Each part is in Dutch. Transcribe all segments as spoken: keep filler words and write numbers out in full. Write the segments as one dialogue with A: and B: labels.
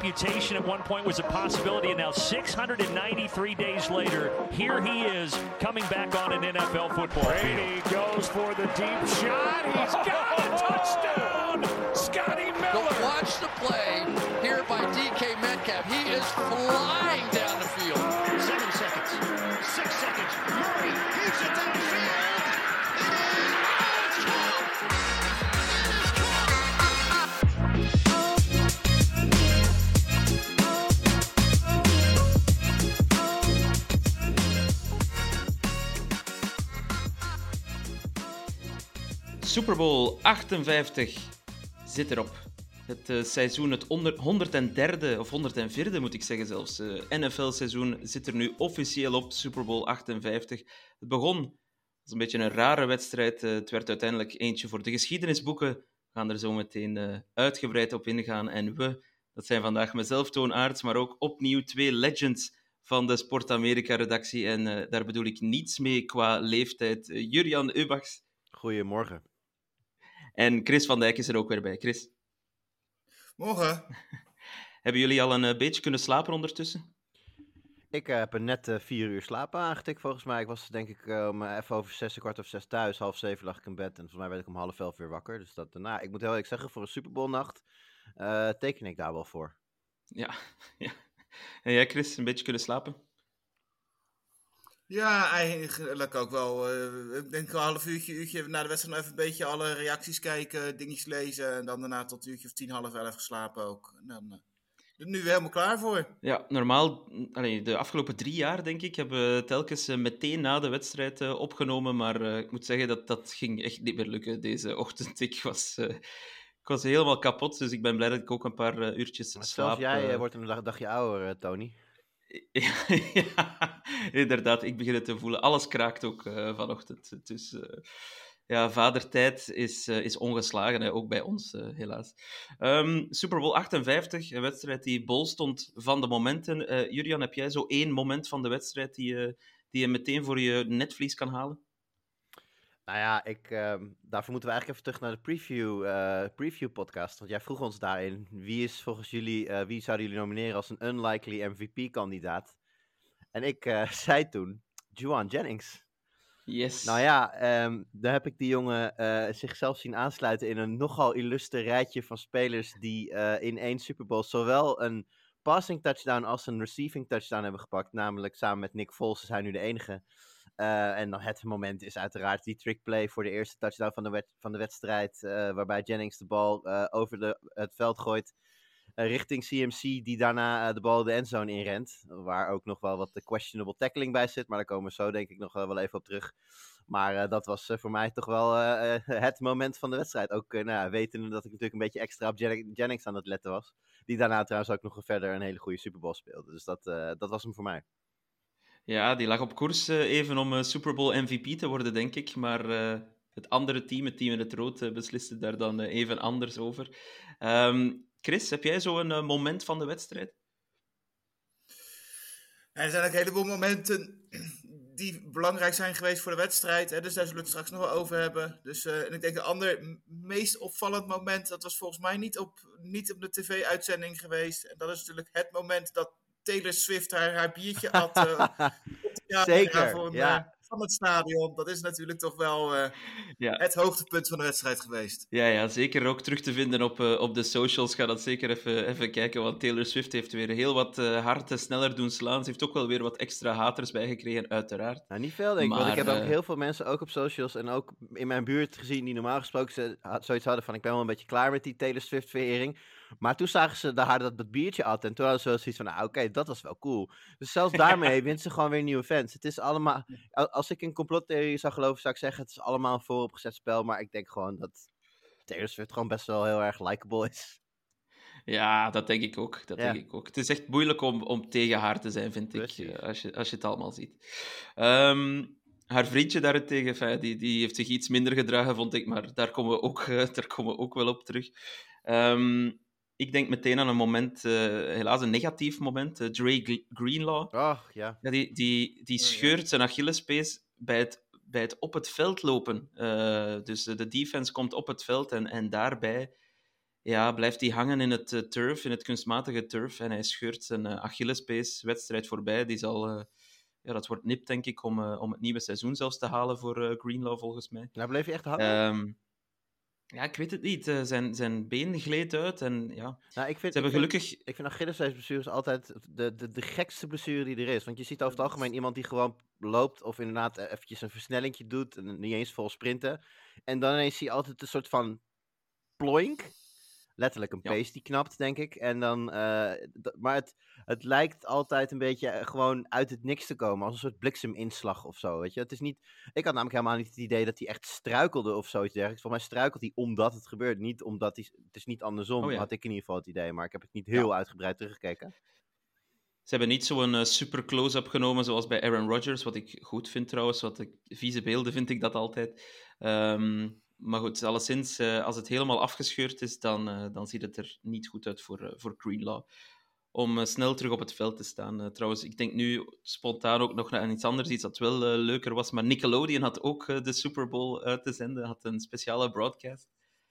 A: amputation at one point was a possibility, and now six hundred ninety-three days later, here he is coming back on an N F L football field.
B: Brady goes for the deep shot. He's got a touchdown. Scotty Miller.
C: But watch the play here by D K Metcalf. He is flying down the field.
D: Seven seconds. Six seconds. Murray keeps it downfield.
E: Super Bowl achtenvijftig zit erop. Het uh, seizoen, het onder, honderdderde of honderdvierde moet ik zeggen zelfs, uh, N F L-seizoen zit er nu officieel op, Super Bowl achtenvijftig. Het begon als een beetje een rare wedstrijd. Uh, het werd uiteindelijk eentje voor de geschiedenisboeken. We gaan er zo meteen uh, uitgebreid op ingaan. En we, dat zijn vandaag mezelf, Toon Aerts, maar ook opnieuw twee legends van de Sport Amerika-redactie. En uh, daar bedoel ik niets mee qua leeftijd. Uh, Jurjan Ubachs.
F: Goedemorgen.
E: En Chris van Dijk is er ook weer bij. Chris.
G: Morgen.
E: Hebben jullie al een uh, beetje kunnen slapen ondertussen?
F: Ik uh, heb er net uh, vier uur slapen aangetikt volgens mij. Ik was denk ik uh, om uh, even over zes, kwart of zes thuis. Half zeven lag ik in bed en volgens mij werd ik om half elf weer wakker. Dus dat, uh, nou, ik moet heel eerlijk zeggen, voor een Super Bowl nacht uh, teken ik daar wel voor.
E: Ja, ja. En jij Chris, een beetje kunnen slapen?
G: Ja, eigenlijk ook wel. Uh, ik denk een half uurtje, uurtje na de wedstrijd nog even een beetje alle reacties kijken, dingetjes lezen. En dan daarna tot een uurtje of tien, half elf geslapen ook. En dan uh, er nu weer helemaal klaar voor.
E: Ja, normaal, allee, de afgelopen drie jaar denk ik, hebben we telkens uh, meteen na de wedstrijd uh, opgenomen. Maar uh, ik moet zeggen dat dat ging echt niet meer lukken deze ochtend. Ik was, uh, ik was helemaal kapot, dus ik ben blij dat ik ook een paar uh, uurtjes
F: maar
E: slaap.
F: Zelfs jij uh,
E: uh,
F: wordt een dag, dagje ouder, uh, Tony.
E: Ja, ja, inderdaad, ik begin het te voelen. Alles kraakt ook uh, vanochtend. Dus uh, ja, vadertijd is, uh, is ongeslagen, hè, ook bij ons, uh, helaas. Um, Super Bowl achtenvijftig, een wedstrijd die bol stond van de momenten. Uh, Jurjan, heb jij zo één moment van de wedstrijd die, uh, die je meteen voor je netvlies kan halen?
F: Nou ja, ik, uh, daarvoor moeten we eigenlijk even terug naar de preview, uh, preview podcast. Want jij vroeg ons daarin, wie is volgens jullie, uh, wie zouden jullie nomineren als een unlikely M V P-kandidaat? En ik uh, zei toen, Jauan Jennings.
E: Yes.
F: Nou ja, um, daar heb ik die jongen uh, zichzelf zien aansluiten in een nogal illustre rijtje van spelers die uh, in één Super Bowl zowel een passing touchdown als een receiving touchdown hebben gepakt. Namelijk samen met Nick Foles is hij nu de enige. Uh, en dan het moment is uiteraard die trickplay voor de eerste touchdown van de, wet- van de wedstrijd. Uh, waarbij Jennings de bal uh, over de, het veld gooit uh, richting C M C. Die daarna uh, de bal de endzone inrent. Waar ook nog wel wat questionable tackling bij zit. Maar daar komen we zo denk ik nog uh, wel even op terug. Maar uh, dat was uh, voor mij toch wel uh, het moment van de wedstrijd. Ook uh, nou, wetende dat ik natuurlijk een beetje extra op Jen- Jennings aan het letten was. Die daarna trouwens ook nog verder een hele goede Super Bowl speelde. Dus dat, uh, dat was hem voor mij.
E: Ja, die lag op koers uh, even om uh, Super Bowl M V P te worden, denk ik. Maar uh, het andere team, het team in het rood, uh, besliste daar dan uh, even anders over. Um, Chris, heb jij zo een uh, moment van de wedstrijd?
G: En er zijn ook een heleboel momenten die belangrijk zijn geweest voor de wedstrijd. Hè? Dus daar zullen we het straks nog wel over hebben. Dus, uh, en ik denk een ander meest opvallend moment, dat was volgens mij niet op, niet op de tv-uitzending geweest. En dat is natuurlijk het moment dat Taylor Swift haar, haar biertje at. Uh, ja,
F: Zeker,
G: voor,
F: ja.
G: uh, van het stadion. Dat is natuurlijk toch wel uh, ja. het hoogtepunt van de wedstrijd geweest.
E: Ja, ja, zeker ook terug te vinden op, uh, op de socials. Ga dat zeker even, even kijken, want Taylor Swift heeft weer heel wat uh, harten sneller doen slaan. Ze heeft ook wel weer wat extra haters bijgekregen, uiteraard.
F: Nou, niet veel denk ik,
E: maar,
F: want ik heb
E: uh...
F: ook heel veel mensen, ook op socials en ook in mijn buurt gezien, die normaal gesproken ze, zoiets hadden van, ik ben wel een beetje klaar met die Taylor Swift-verering. Maar toen zagen ze de haar dat dat biertje at en toen hadden ze wel zoiets van, nou oké, okay, dat was wel cool. Dus zelfs daarmee wint ze gewoon weer nieuwe fans. Het is allemaal, als ik in complottheorie zou geloven, zou ik zeggen, het is allemaal een vooropgezet spel, maar ik denk gewoon dat Taylor Swift gewoon best wel heel erg likable is.
E: Ja, dat denk ik ook. Dat
F: ja.
E: denk ik ook. Het is echt moeilijk om, om tegen haar te zijn, vind Precies. ik, als je, als je het allemaal ziet. Um, haar vriendje daarentegen, fijn, die, die heeft zich iets minder gedragen, vond ik, maar daar komen we ook, daar komen we ook wel op terug. Um, ik denk meteen aan een moment, uh, helaas een negatief moment, uh, Dre Greenlaw.
F: Oh, ja.
E: Ja, die, die, die scheurt zijn Achillespees bij het, bij het op het veld lopen. Uh, dus de defense komt op het veld en, en daarbij ja, blijft hij hangen in het uh, turf, in het kunstmatige turf. En hij scheurt zijn uh, Achillespees. Wedstrijd voorbij. Die zal, uh, ja, dat wordt nipt, denk ik, om, uh, om het nieuwe seizoen zelfs te halen voor uh, Greenlaw, volgens mij.
F: Nou, bleef hij echt hangen?
E: Um, ja, ik weet het niet. Uh, zijn, zijn been gleed uit en ja...
F: Nou, ik vind,
E: Ze hebben
F: ik vind,
E: gelukkig...
F: Ik vind Achillespeesblessures altijd de, de, de gekste blessure die er is. Want je ziet over het algemeen iemand die gewoon loopt of inderdaad eventjes een versnellingje doet en niet eens vol sprinten. En dan ineens zie je altijd een soort van ploink. Letterlijk een pees ja. die knapt, denk ik. En dan, uh, d- maar het, het lijkt altijd een beetje gewoon uit het niks te komen. Als een soort blikseminslag of zo, weet je. Het is niet, ik had namelijk helemaal niet het idee dat hij echt struikelde of zoiets dergelijks. Volgens mij struikelt hij omdat het gebeurt. Niet omdat hij, het is niet andersom, oh, ja. had ik in ieder geval het idee. Maar ik heb het niet heel ja. uitgebreid teruggekeken.
E: Ze hebben niet zo'n uh, super close-up genomen zoals bij Aaron Rodgers. Wat ik goed vind trouwens. Wat ik, vieze beelden vind ik dat altijd. Um, Maar goed, alleszins, uh, als het helemaal afgescheurd is, dan, uh, dan ziet het er niet goed uit voor, uh, voor Greenlaw. Om uh, snel terug op het veld te staan. Uh, trouwens, ik denk nu spontaan ook nog aan iets anders, iets dat wel uh, leuker was. Maar Nickelodeon had ook uh, de Super Bowl uit te zenden, had een speciale broadcast.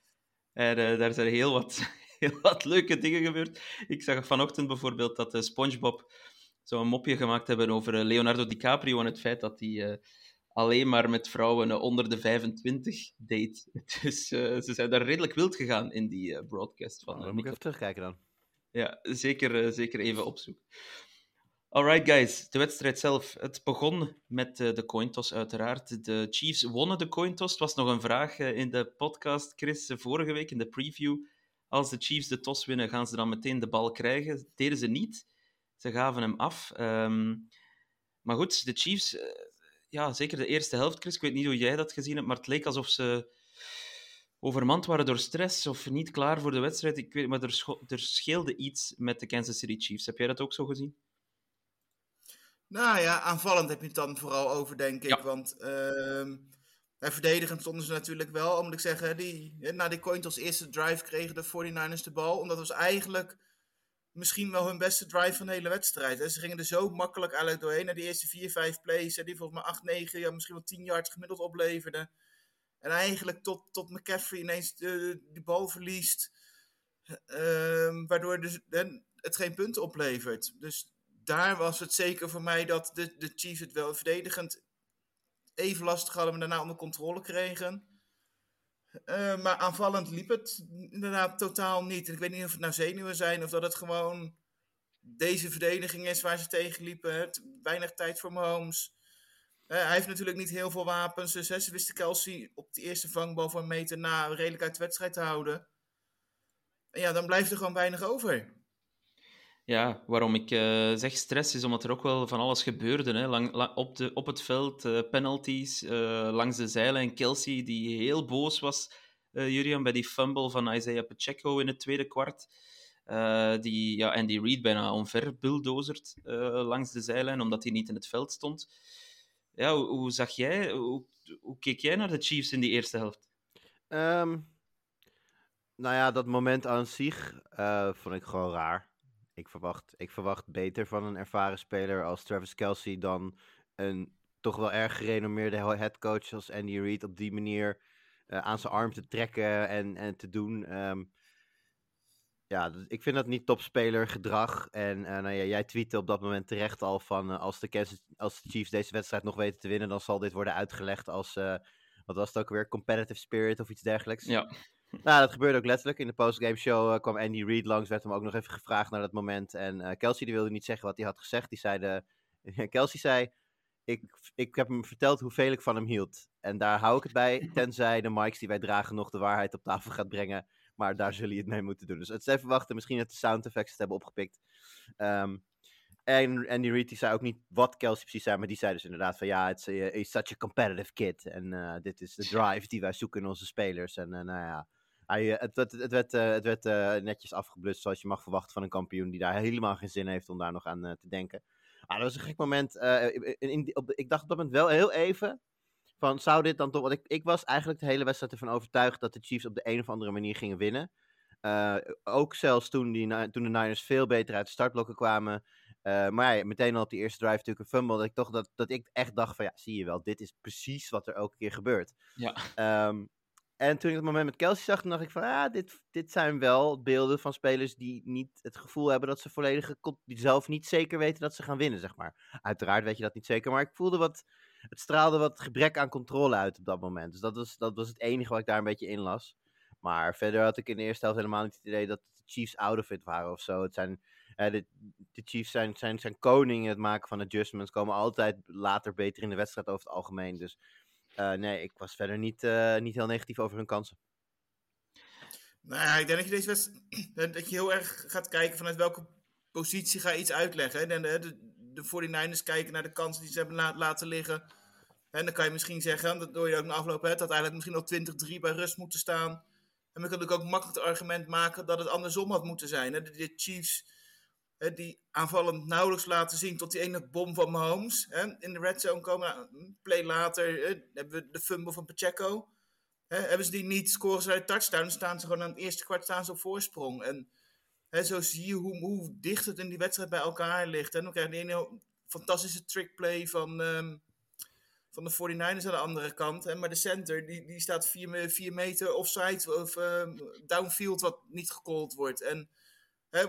E: En uh, daar zijn heel wat, heel wat leuke dingen gebeurd. Ik zag vanochtend bijvoorbeeld dat uh, SpongeBob zo'n mopje gemaakt hebben over uh, Leonardo DiCaprio en het feit dat hij... Uh, alleen maar met vrouwen onder de vijfentwintig date. Dus uh, ze zijn daar redelijk wild gegaan in die uh, broadcast. Van,
F: oh, dan
E: uh,
F: moet ik even terugkijken dan.
E: Ja, zeker, uh, zeker even opzoeken. Alright guys, de wedstrijd zelf. Het begon met uh, de coin toss uiteraard. De Chiefs wonnen de coin toss. Het was nog een vraag uh, in de podcast, Chris, uh, vorige week in de preview. Als de Chiefs de toss winnen, gaan ze dan meteen de bal krijgen? Dat deden ze niet. Ze gaven hem af. Um, maar goed, de Chiefs... Uh, Ja, zeker de eerste helft, Chris. Ik weet niet hoe jij dat gezien hebt, maar het leek alsof ze overmand waren door stress of niet klaar voor de wedstrijd. Ik weet, maar er, scho- er scheelde iets met de Kansas City Chiefs. Heb jij dat ook zo gezien?
G: Nou ja, aanvallend heb je het dan vooral over, denk ik.
E: Ja.
G: Want uh, verdedigend stonden ze natuurlijk wel. Moet ik zeggen, die, na die coin toss eerste drive kregen de forty-niners de bal. Omdat het was eigenlijk... misschien wel hun beste drive van de hele wedstrijd. Hè. Ze gingen er zo makkelijk eigenlijk doorheen naar die eerste vier, vijf plays. Hè, die volgens mij acht, negen, ja, misschien wel tien yards gemiddeld opleverden. En eigenlijk tot, tot McCaffrey ineens de, de bal verliest. Uh, waardoor dus, hè, het geen punten oplevert. Dus daar was het zeker voor mij dat de, de Chiefs het wel verdedigend even lastig hadden, maar daarna onder controle kregen. Uh, maar aanvallend liep het inderdaad totaal niet. En ik weet niet of het nou zenuwen zijn of dat het gewoon deze verdediging is waar ze tegen liepen. Hè. Weinig tijd voor Mahomes. Uh, hij heeft natuurlijk niet heel veel wapens. Dus hè, ze wisten Kelsey op de eerste vangbal van een meter na redelijk uit de wedstrijd te houden. En ja, dan blijft er gewoon weinig over.
E: Ja, waarom ik uh, zeg stress is omdat er ook wel van alles gebeurde. Hè. Lang, lang, op, de, op het veld, uh, penalties, uh, langs de zijlijn. En Kelsey, die heel boos was, uh, Jurian, bij die fumble van Isaiah Pacheco in het tweede kwart. Uh, die ja, Andy Reid bijna omver bulldozert uh, langs de zijlijn, omdat hij niet in het veld stond. Ja, hoe, hoe zag jij, hoe, hoe keek jij naar de Chiefs in die eerste helft?
F: Um, nou ja, dat moment aan zich uh, vond ik gewoon raar. Ik verwacht, ik verwacht beter van een ervaren speler als Travis Kelce dan een toch wel erg gerenommeerde headcoach als Andy Reid op die manier uh, aan zijn arm te trekken en, en te doen. Um, ja, ik vind dat niet topspeler gedrag. En uh, nou ja, jij tweette op dat moment terecht al van uh, als, de Kansas, als de Chiefs deze wedstrijd nog weten te winnen, dan zal dit worden uitgelegd als, uh, wat was het ook weer, competitive spirit of iets dergelijks.
E: Ja.
F: Nou, dat gebeurde ook letterlijk. In de postgame show uh, kwam Andy Reid langs, werd hem ook nog even gevraagd naar dat moment. En uh, Kelsey die wilde niet zeggen wat hij had gezegd. Die zei de... Kelsey zei, ik, ik heb hem verteld hoeveel ik van hem hield. En daar hou ik het bij, tenzij de mics die wij dragen nog de waarheid op tafel gaat brengen. Maar daar zullen je het mee moeten doen. Dus het is even wachten, misschien dat de sound effects het hebben opgepikt. Um, en Andy Reid die zei ook niet wat Kelsey precies zei, maar die zei dus inderdaad van ja, it's, uh, he's such a competitive kid. En uh, dit is de drive die wij zoeken in onze spelers. En uh, nou ja... Hij, het, het, het werd, uh, het werd uh, netjes afgeblust, zoals je mag verwachten van een kampioen die daar helemaal geen zin heeft om daar nog aan uh, te denken. Ah, dat was een gek moment. Uh, in, in, op de, ik dacht op dat moment wel heel even van, zou dit dan toch... Want ik, ik was eigenlijk de hele wedstrijd ervan overtuigd dat de Chiefs op de een of andere manier gingen winnen. Uh, ook zelfs toen, die, toen de Niners veel beter uit de startblokken kwamen. Uh, maar ja, meteen al op die eerste drive natuurlijk een fumble. Dat ik, toch, dat, dat ik echt dacht van, ja, zie je wel, dit is precies wat er elke keer gebeurt.
E: Ja.
F: Um, en toen ik het moment met Kelsey zag, dan dacht ik van, ah, dit, dit zijn wel beelden van spelers die niet het gevoel hebben dat ze volledig, die zelf niet zeker weten dat ze gaan winnen, zeg maar. Uiteraard weet je dat niet zeker, maar ik voelde wat, het straalde wat gebrek aan controle uit op dat moment. Dus dat was, dat was het enige wat ik daar een beetje in las. Maar verder had ik in de eerste helft helemaal niet het idee dat de Chiefs out of it waren of zo. Het zijn, eh, de, de Chiefs zijn, zijn, zijn koning in het maken van adjustments, komen altijd later beter in de wedstrijd over het algemeen, dus... Uh, nee, ik was verder niet, uh, niet heel negatief over hun kansen.
G: Nou ja, ik denk dat je deze wedstrijd, dat je heel erg gaat kijken vanuit welke positie ga je iets uitleggen. En de, de, de forty-niners kijken naar de kansen die ze hebben la- laten liggen. En dan kan je misschien zeggen, dat door je ook na afloop hebt, dat eigenlijk misschien al twintig drie bij rust moeten staan. En dan kan ik ook makkelijk het argument maken dat het andersom had moeten zijn. Hè? De, de Chiefs, hè, die aanvallend nauwelijks laten zien tot die ene bom van Mahomes. Hè? In de red zone komen, een play later, hè, hebben we de fumble van Pacheco. Hè? Hebben ze die niet, scoren ze uit touchdown, dan staan ze gewoon aan het eerste kwart staan ze op voorsprong. En hè, zo zie je hoe, hoe dicht het in die wedstrijd bij elkaar ligt. En dan krijg je die ene fantastische trickplay van... Um, van de forty-niners aan de andere kant. Hè? Maar de center, die, die staat vier, vier meter offside of uh, downfield wat niet gecallt wordt. En hè,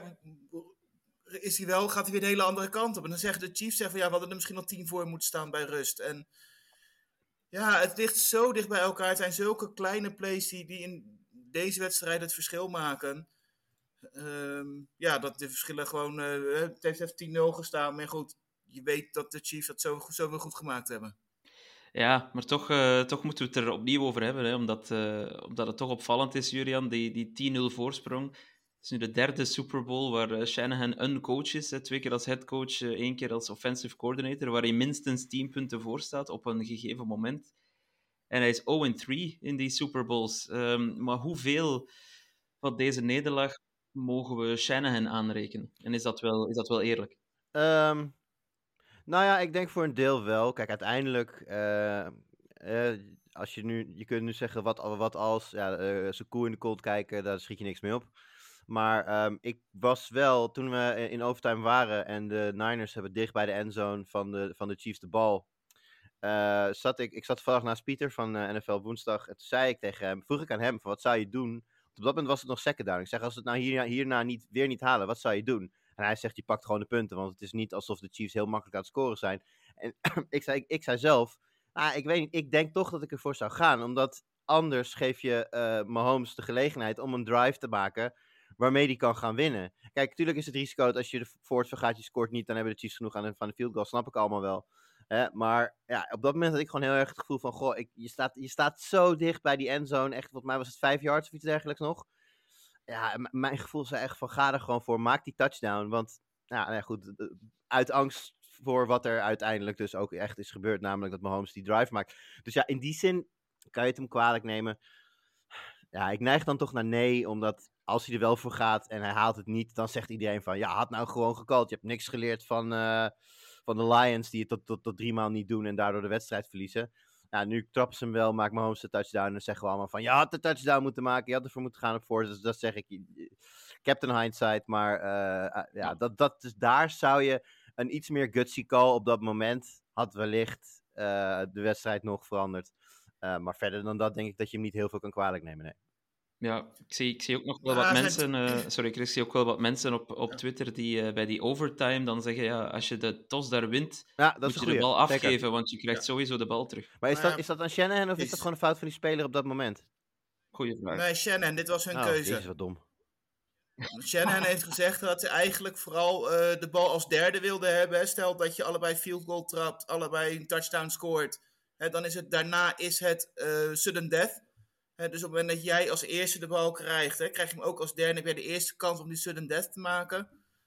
G: is hij wel, gaat hij weer de hele andere kant op. En dan zeggen de Chiefs, zeggen van, ja, we hadden er misschien al tien voor moeten staan bij rust. En ja, het ligt zo dicht bij elkaar. Het zijn zulke kleine plays die, die in deze wedstrijd het verschil maken. Um, ja, dat de verschillen gewoon... Uh, het heeft even tien nul gestaan, maar goed, je weet dat de Chiefs dat zo, zo weer goed gemaakt hebben.
E: Ja, maar toch, uh, toch moeten we het er opnieuw over hebben, hè, omdat, uh, omdat het toch opvallend is, Julian, die, die tien nul voorsprong. Het is nu de derde Super Bowl waar uh, Shanahan een coach is, hè, twee keer als headcoach, uh, één keer als offensive coordinator, waar hij minstens tien punten voor staat op een gegeven moment. En hij is zero en drie in die Super Bowls. Um, maar hoeveel van deze nederlaag mogen we Shanahan aanrekenen? En is dat wel, is dat wel eerlijk?
F: Um... Nou ja, ik denk voor een deel wel. Kijk, uiteindelijk, uh, uh, als je nu, je kunt nu zeggen wat, wat als, ja, uh, ze koe in de kont kijken, daar schiet je niks mee op. Maar um, ik was wel, toen we in overtime waren en de Niners hebben dicht bij de endzone van de, van de Chiefs de bal, uh, zat ik, ik zat toevallig naast Pieter van uh, N F L Woensdag en toen zei ik tegen hem, vroeg ik aan hem, van wat zou je doen? Op dat moment was het nog second down. Ik zeg, als we het nou hier, hierna niet, weer niet halen, wat zou je doen? En hij zegt, je pakt gewoon de punten, want het is niet alsof de Chiefs heel makkelijk aan het scoren zijn. En ik, zei, ik, ik zei zelf, nou, ik weet niet, ik denk toch dat ik ervoor zou gaan, omdat anders geef je uh, Mahomes de gelegenheid om een drive te maken waarmee hij kan gaan winnen. Kijk, natuurlijk is het risico dat als je de forward vergaat, je scoort niet, dan hebben de Chiefs genoeg aan de, van de field goal, snap ik allemaal wel. Hè? Maar ja, op dat moment had ik gewoon heel erg het gevoel van, goh, ik, je, staat, je staat zo dicht bij die endzone, echt, volgens mij was het vijf yards of iets dergelijks nog. Ja, m- mijn gevoel zei echt van, ga er gewoon voor, maak die touchdown. Want, ja, nou ja, goed, uit angst voor wat er uiteindelijk dus ook echt is gebeurd, namelijk dat Mahomes die drive maakt. Dus ja, in die zin kan je het hem kwalijk nemen. Ja, ik neig dan toch naar nee, omdat als hij er wel voor gaat en hij haalt het niet, dan zegt iedereen van, ja, had nou gewoon gecallt. Je hebt niks geleerd van, uh, van de Lions, die het tot, tot, tot drie maal niet doen en daardoor de wedstrijd verliezen. Nou, nu trappen ze hem wel, maakt Mahomes de touchdown. En dan zeggen we allemaal van, je had de touchdown moeten maken. Je had ervoor moeten gaan op voor. Dus dat zeg ik, Captain Hindsight. Maar uh, ja, dat, dat, dus daar zou je een iets meer gutsy call op dat moment had wellicht uh, de wedstrijd nog veranderd. Uh, maar verder dan dat denk ik dat je hem niet heel veel kan kwalijk nemen, nee.
E: Ja, ik zie, ik zie ook nog wel
G: Ja,
E: wat
G: het-
E: mensen, uh, sorry Chris, ik zie ook wel wat mensen op, op
G: Ja.
E: Twitter die uh, bij die overtime dan zeggen, ja, als je de tos daar wint,
F: Ja, dat
E: moet
F: is
E: je
F: een
E: de
F: goeie.
E: bal
F: Zeker.
E: afgeven, want je krijgt sowieso de bal terug.
F: Maar is
G: Maar
F: dat,
G: ja,
F: is dat aan Shanahan of is
G: is-
F: dat gewoon een fout van die speler op dat moment?
E: Goeie vraag.
G: Nee, Shannon, dit was hun
F: Oh,
G: keuze.
F: jezus, wat dom.
G: Shannon heeft gezegd dat hij eigenlijk vooral uh, de bal als derde wilde hebben. Hè. Stel dat je allebei field goal trapt, allebei een touchdown scoort. Hè, dan is het daarna is het uh, sudden death. Hè, dus op het moment dat jij als eerste de bal krijgt, hè, krijg je hem ook als derde. Heb jij de eerste kans om die sudden death te maken.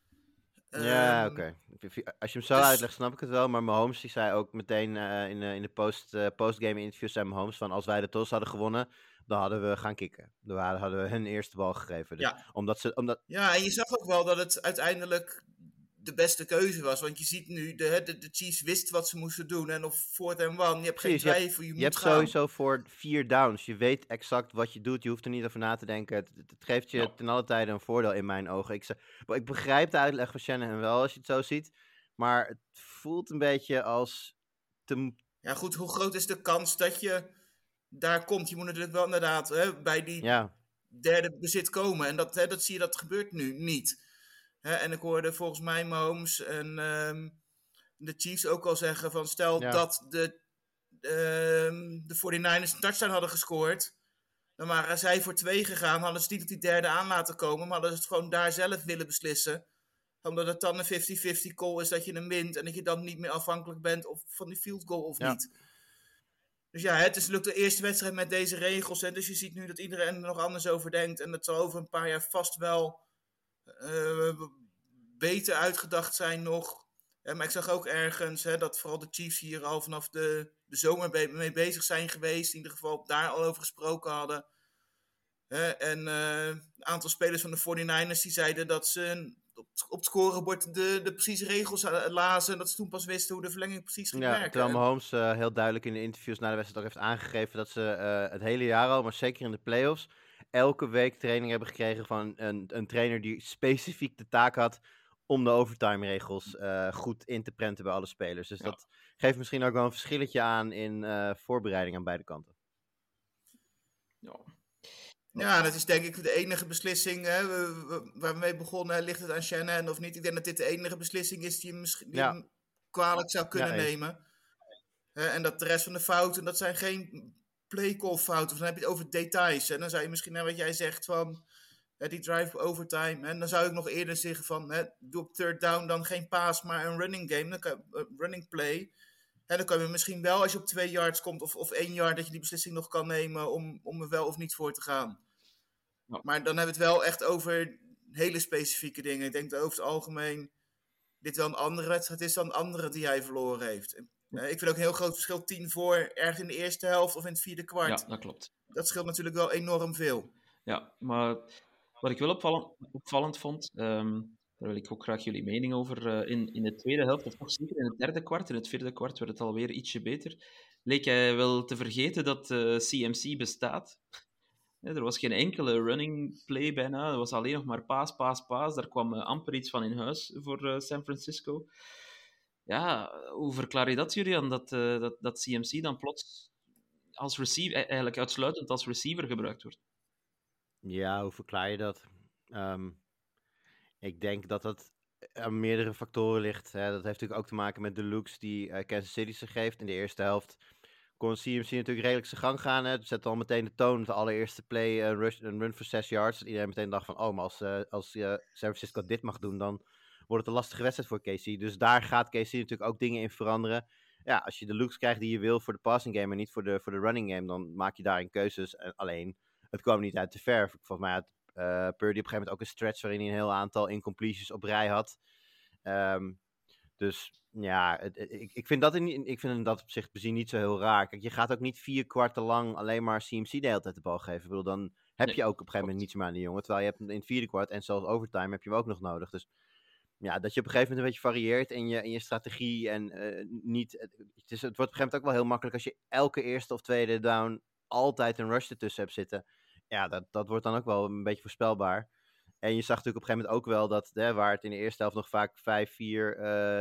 F: Ja,
G: Um,
F: oké. Als je hem zo
G: dus-
F: uitlegt, snap ik het wel. Maar Mahomes die zei ook meteen uh, in, uh, in de post, uh, postgame interview, zei Mahomes van, als wij de toss hadden gewonnen, dan hadden we gaan kicken. Dan hadden we hun eerste bal gegeven. Dus
G: Ja.
F: omdat ze, omdat,
G: Ja, en je zag ook wel dat het uiteindelijk de beste keuze was. Want je ziet nu, de, de, de Chiefs wisten wat ze moesten doen. En of fourth and one, je hebt geen
F: Precies, je hebt-
G: twijfel, je,
F: je
G: moet
F: hebt
G: gaan.
F: sowieso voor vier downs. Je weet exact wat je doet. Je hoeft er niet over na te denken. Het, het- het geeft je
E: Ja.
F: ten alle tijde een voordeel in mijn ogen. Ik, ze- maar ik begrijp de uitleg van Shanahan wel als je het zo ziet. Maar het voelt een beetje als te,
G: Ja goed, hoe groot is de kans dat je daar komt. Je moet natuurlijk wel inderdaad hè, bij die
F: Ja.
G: derde bezit komen. En dat, hè, dat zie je, dat gebeurt nu niet. Hè, en ik hoorde volgens mij Mahomes en um, de Chiefs ook al zeggen van stel
F: Ja.
G: dat de, um, de forty-niners een touchdown hadden gescoord, dan waren zij voor twee gegaan, hadden ze niet op die derde aan laten komen, maar hadden ze het gewoon daar zelf willen beslissen. Omdat het dan een fifty-fifty call is dat je hem wint en dat je dan niet meer afhankelijk bent of van die field goal of
F: Ja.
G: niet. Dus ja, het is natuurlijk de eerste wedstrijd met deze regels. Hè, dus je ziet nu dat iedereen er nog anders over denkt. En dat zal over een paar jaar vast wel uh, beter uitgedacht zijn nog. Ja, maar ik zag ook ergens hè, dat vooral de Chiefs hier al vanaf de, de zomer be- mee bezig zijn geweest. In ieder geval daar al over gesproken hadden. Hè, en uh, een aantal spelers van de forty-niners die zeiden dat ze op, op het scorebord de, de precieze regels lazen. En dat ze toen pas wisten hoe de verlenging precies ging
F: Ja,
G: werken.
F: terwijl Mahomes uh, heel duidelijk in de interviews na de wedstrijd ook heeft aangegeven dat ze uh, het hele jaar al, maar zeker in de playoffs, elke week training hebben gekregen van een, een trainer die specifiek de taak had om de overtime-regels uh, goed in te prenten bij alle spelers. Dus ja. dat geeft misschien ook wel een verschilletje aan in uh, voorbereiding aan beide kanten.
E: Ja.
G: Ja, dat is denk ik de enige beslissing hè, waar we mee begonnen. Ligt het aan Shanahan of niet? Ik denk dat dit de enige beslissing is die hem, misschien, die ja. hem kwalijk zou kunnen ja, nemen. Hè, en dat de rest van de fouten, dat zijn geen play-call fouten. Of dan heb je het over details. En dan zou je misschien, naar wat jij zegt, van hè, die drive overtime. En dan zou ik nog eerder zeggen van, hè, doe op third down dan geen pass, maar een running game. Dan kan, uh, running play. En dan kan je misschien wel, als je op twee yards komt of, of één yard, dat je die beslissing nog kan nemen om, om er wel of niet voor te gaan. Ja. Maar dan hebben we het wel echt over hele specifieke dingen. Ik denk dat over het algemeen dit wel een andere wedstrijd is dan andere die hij verloren heeft. Ja. Uh, ik vind ook een heel groot verschil, tien voor, erg in de eerste helft of in het vierde kwart.
E: Ja, dat klopt.
G: Dat scheelt natuurlijk wel enorm veel.
E: Ja, maar wat ik wel opvallend, opvallend vond, um, daar wil ik ook graag jullie mening over, uh, in, in de tweede helft, of toch zeker in het derde kwart, in het vierde kwart werd het alweer ietsje beter, leek hij wel te vergeten dat uh, C M C bestaat. Er was geen enkele running play bijna. Er was alleen nog maar paas, paas, paas. Daar kwam uh, amper iets van in huis voor uh, San Francisco. Ja, hoe verklaar je dat, Julian? Dat, uh, dat, dat C M C dan plots als receiver, eigenlijk uitsluitend als receiver gebruikt wordt?
F: Ja, hoe verklaar je dat? Um, ik denk dat dat aan meerdere factoren ligt. Hè. Dat heeft natuurlijk ook te maken met de looks die uh, Kansas City zich geeft. In de eerste helft kon C M C natuurlijk redelijk zijn gang gaan. Het zette al meteen de toon. De allereerste play, een, rush, een run voor zes yards. Dat iedereen meteen dacht van, oh, maar als, uh, als uh, San Francisco dit mag doen, dan wordt het een lastige wedstrijd voor K C. Dus daar gaat K C natuurlijk ook dingen in veranderen. Ja, als je de looks krijgt die je wil voor de passing game en niet voor de, voor de running game, dan maak je daarin keuzes. En alleen, het kwam niet uit de verf. Volgens mij had uh, Purdy op een gegeven moment ook een stretch waarin hij een heel aantal incompletions op rij had. Um, dus ja, het, het, ik, ik, vind dat in, ik vind dat op zich bezien niet zo heel raar. Kijk, je gaat ook niet vier kwarten lang alleen maar C M C de hele tijd de bal geven. Ik bedoel, dan heb nee, je ook op een gegeven moment niets meer aan die jongen. Terwijl je hebt in het vierde kwart en zelfs overtime heb je hem ook nog nodig. Dus ja, dat je op een gegeven moment een beetje varieert in je, in je strategie. En uh, niet, het, is, het wordt op een gegeven moment ook wel heel makkelijk als je elke eerste of tweede down altijd een rush ertussen hebt zitten. Ja, dat, dat wordt dan ook wel een beetje voorspelbaar. En je zag natuurlijk op een gegeven moment ook wel dat, hè, waar het in de eerste helft nog vaak vijf, vier,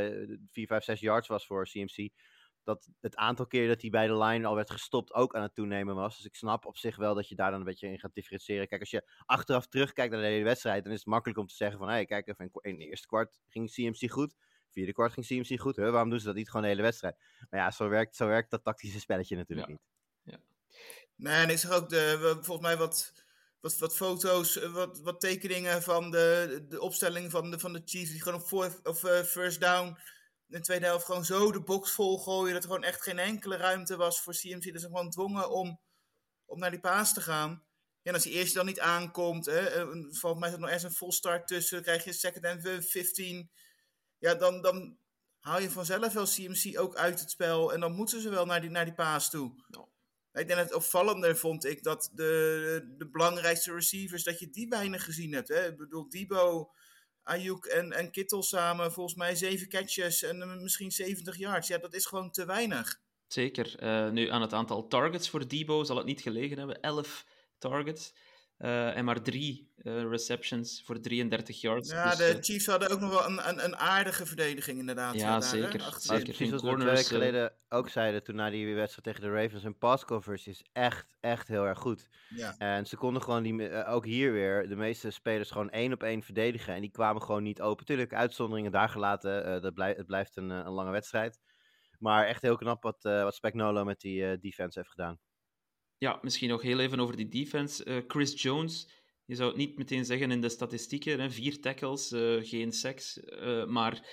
F: vijf, zes yards was voor C M C, dat het aantal keer dat hij bij de line al werd gestopt ook aan het toenemen was. Dus ik snap op zich wel dat je daar dan een beetje in gaat differentiëren. Kijk, als je achteraf terugkijkt naar de hele wedstrijd, dan is het makkelijk om te zeggen van, hé, hey, kijk even, in de eerste kwart ging C M C goed, vierde kwart ging C M C goed, hè? Waarom doen ze dat niet gewoon de hele wedstrijd? Maar ja, zo werkt, zo werkt dat tactische spelletje natuurlijk
E: ja.
F: niet.
E: Ja.
G: Nee, en ik zag ook de, volgens mij wat... Wat, wat foto's, wat, wat tekeningen van de, de opstelling van de, van de Chiefs. Die gewoon op fourth, of uh, first down in de tweede helft gewoon zo de box vol gooien. Dat er gewoon echt geen enkele ruimte was voor C M C. Dat ze gewoon dwongen om, om naar die paas te gaan. Ja, en als die eerste dan niet aankomt. Hè, volgens mij is er nog ergens een full start tussen. Dan krijg je second and fifteen. Ja, dan, dan haal je vanzelf wel C M C ook uit het spel. En dan moeten ze wel naar die, naar die paas toe. Ja. Ik denk dat het opvallender vond ik dat de, de belangrijkste receivers, dat je die weinig gezien hebt. Hè? Ik bedoel, Debo, Ayuk en, en Kittle samen volgens mij zeven catches en misschien zeventig yards. Ja, dat is gewoon te weinig.
E: Zeker. Uh, nu, aan het aantal targets voor Debo zal het niet gelegen hebben. elf targets. Uh, en maar drie uh, receptions voor drieëndertig yards.
G: Ja,
E: dus,
G: de
E: uh,
G: Chiefs hadden ook nog wel een, een, een aardige verdediging inderdaad.
E: Ja,
G: daar,
E: zeker.
G: Hè,
E: zeker.
F: Precies wat we twee weken geleden ook zeiden toen na die wedstrijd tegen de Ravens. Hun pass coverage is echt, echt heel erg goed.
G: Ja.
F: En ze konden gewoon, die, uh, ook hier weer, de meeste spelers gewoon één op één verdedigen. En die kwamen gewoon niet open. Tuurlijk, uitzonderingen daar gelaten. Uh, dat blijf, het blijft een, een lange wedstrijd. Maar echt heel knap wat, uh, wat Spagnuolo met die uh, defense heeft gedaan.
E: Ja, misschien nog heel even over die defense. Uh, Chris Jones, je zou het niet meteen zeggen in de statistieken. Hè? Vier tackles, uh, geen sacks. Uh, maar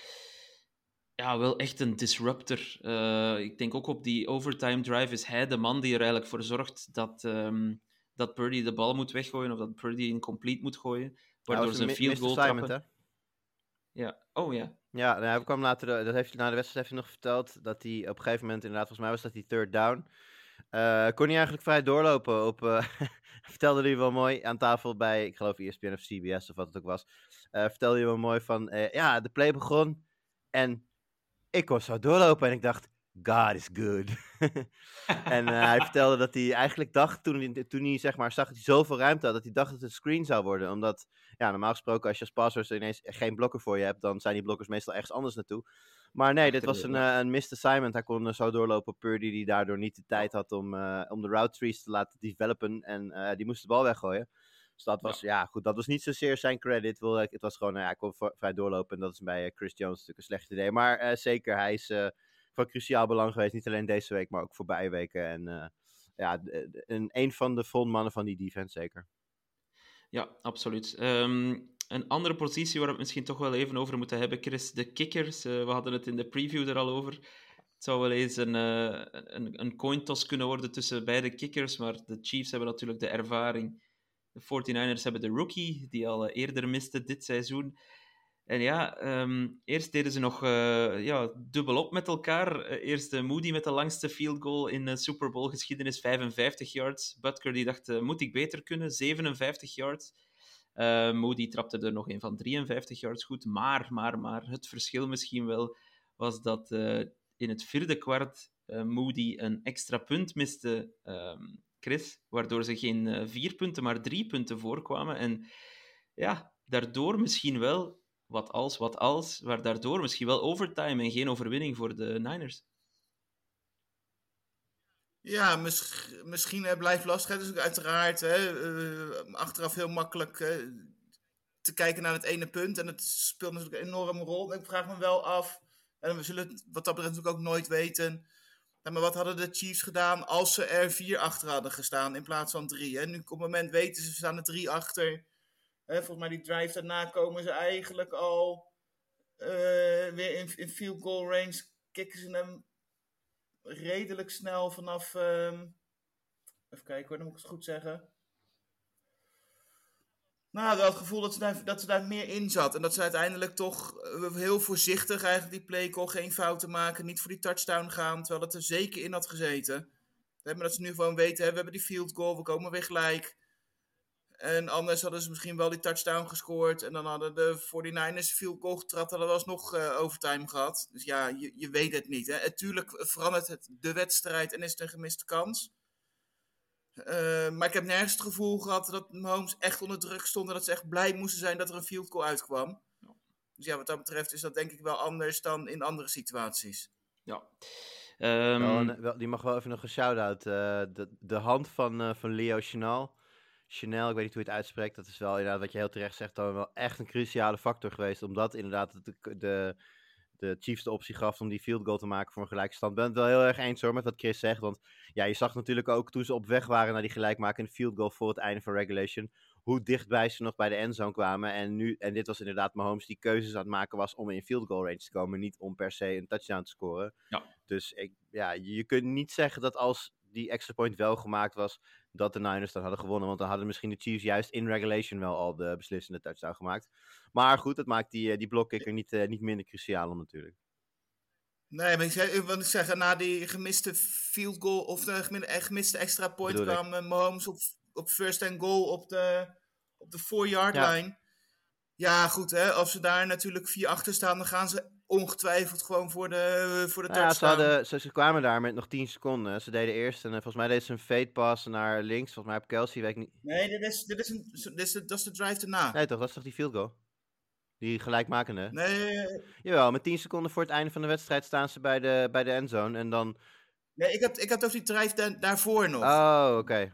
E: ja, wel echt een disruptor. Uh, ik denk ook op die overtime drive is hij de man die er eigenlijk voor zorgt dat, um, dat Purdy de bal moet weggooien of dat Purdy incomplete moet gooien. Waardoor
F: ja,
E: ze een field goal
F: Simon,
E: trappen. Hè? Ja, oh ja.
F: Ja, nou, hij kwam later, de, dat heeft, na de wedstrijd heeft hij nog verteld dat hij op een gegeven moment, inderdaad, volgens mij was dat die third down, uh, kon hij eigenlijk vrij doorlopen. Op, uh, vertelde hij wel mooi aan tafel bij, ik geloof E S P N of C B S of wat het ook was, uh, vertelde hij wel mooi van, uh, ja, de play begon en ik kon zo doorlopen en ik dacht, God is good. en uh, hij vertelde dat hij eigenlijk dacht, toen hij, toen hij zeg maar, zag dat hij zoveel ruimte had, dat hij dacht dat het een screen zou worden. Omdat, ja, normaal gesproken, als je als passer ineens geen blokker voor je hebt, dan zijn die blokkers meestal ergens anders naartoe. Maar nee, dit was een, uh, een missed assignment. Hij kon uh, zo doorlopen op Purdy, die daardoor niet de tijd had om, uh, om de route trees te laten developen. En uh, die moest de bal weggooien. Dus dat was, ja. ja, goed, dat was niet zozeer zijn credit. Het was gewoon, uh, ja, hij kon vrij doorlopen. En dat is bij uh, Chris Jones natuurlijk een slecht idee. Maar uh, zeker, hij is uh, van cruciaal belang geweest. Niet alleen deze week, maar ook voorbije weken. En uh, ja, een, een van de frontmannen van die defense, zeker.
E: Ja, absoluut. Um, een andere positie waar we het misschien toch wel even over moeten hebben, Chris, de kickers. Uh, we hadden het in de preview er al over. Het zou wel eens een, uh, een, een coin toss kunnen worden tussen beide kickers, maar de Chiefs hebben natuurlijk de ervaring. De forty-niners hebben de rookie, die al uh, eerder miste dit seizoen. En ja, um, eerst deden ze nog uh, ja, dubbelop met elkaar. Uh, eerst uh, Moody met de langste field goal in uh, Super Bowl geschiedenis, vijfenvijftig yards. Butker die dacht, uh, moet ik beter kunnen? zevenenvijftig yards. Uh, Moody trapte er nog een van drieënvijftig yards goed. Maar, maar, maar, het verschil misschien wel was dat uh, in het vierde kwart uh, Moody een extra punt miste, um, Chris, waardoor ze geen uh, vier punten, maar drie punten voorkwamen. En ja, daardoor misschien wel wat als, wat als, maar daardoor misschien wel overtime en geen overwinning voor de Niners.
G: Ja, mis, misschien uh, blijft lastig. Dus uiteraard hè, uh, achteraf heel makkelijk uh, te kijken naar het ene punt. En het speelt natuurlijk een enorme rol. Ik vraag me wel af, en we zullen het wat dat betreft natuurlijk ook nooit weten, maar wat hadden de Chiefs gedaan als ze er vier achter hadden gestaan in plaats van drie? Hè? Nu op het moment weten ze, ze staan er drie achter. Hè, volgens mij die drive daarna komen ze eigenlijk al uh, weer in, in field goal range. Kicken ze hem redelijk snel vanaf... Um, even kijken hoor, dan moet ik het goed zeggen. Nou, wel het gevoel dat ze, daar, dat ze daar meer in zat. En dat ze uiteindelijk toch uh, heel voorzichtig eigenlijk die play call, geen fouten maken, niet voor die touchdown gaan, terwijl het er zeker in had gezeten. Maar dat ze nu gewoon weten, hè, we hebben die field goal, we komen weer gelijk. En anders hadden ze misschien wel die touchdown gescoord. En dan hadden de forty-niners field goal getrapt. Hadden we alsnog uh, overtime gehad. Dus ja, je, je weet het niet. Hè. Natuurlijk verandert het de wedstrijd en is het een gemiste kans. Uh, maar ik heb nergens het gevoel gehad dat Mahomes echt onder druk stond. En dat ze echt blij moesten zijn dat er een field goal uitkwam. Dus ja, wat dat betreft is dat denk ik wel anders dan in andere situaties.
E: Ja. Um...
F: Wel, wel, die mag wel even nog een shout-out. Uh, de, de hand van, uh, van Leo Chenal. Chanel, ik weet niet hoe je het uitspreekt. Dat is wel inderdaad wat je heel terecht zegt. Dan wel echt een cruciale factor geweest. Omdat inderdaad de, de, de Chiefs de optie gaf om die field goal te maken voor een gelijke stand. Ik ben het wel heel erg eens hoor met wat Chris zegt. Want ja, je zag natuurlijk ook toen ze op weg waren naar die gelijkmakende field goal voor het einde van regulation. Hoe dichtbij ze nog bij de endzone kwamen. En, nu, en dit was inderdaad Mahomes die keuzes aan het maken was om in field goal range te komen. Niet om per se een touchdown te scoren.
E: Ja.
F: Dus ik, ja, je kunt niet zeggen dat als die extra point wel gemaakt was, dat de Niners dan hadden gewonnen. Want dan hadden misschien de Chiefs juist in regulation wel al de beslissende touchdown gemaakt. Maar goed, dat maakt die, die blokkicker niet, uh, niet minder cruciaal natuurlijk.
G: Nee, maar ik zeg, wat ik zeg, na die gemiste field goal of de gemiste extra point
F: Bedoel
G: kwam uh, Mahomes op, op first and goal op de, op de four-yard ja. line. Ja, goed, hè, als ze daar natuurlijk vier achter staan, dan gaan ze ongetwijfeld gewoon voor de, voor de
F: Nou ja, ze,
G: touchdown.
F: hadden, ze, ze kwamen daar met nog tien seconden. Ze deden eerst, en uh, volgens mij deden ze een fade pass naar links. Volgens mij op Kelsey, weet ik niet.
G: Nee, dit is, dit is, een, dit is, de, dat is de drive erna.
F: Nee toch, dat is toch die field goal? Die gelijkmakende?
G: Nee,
F: Jawel, met tien seconden voor het einde van de wedstrijd staan ze bij de, bij de endzone en dan...
G: nee ik, heb, ik heb ook die drive da- daarvoor nog.
F: Oh, oké. Okay.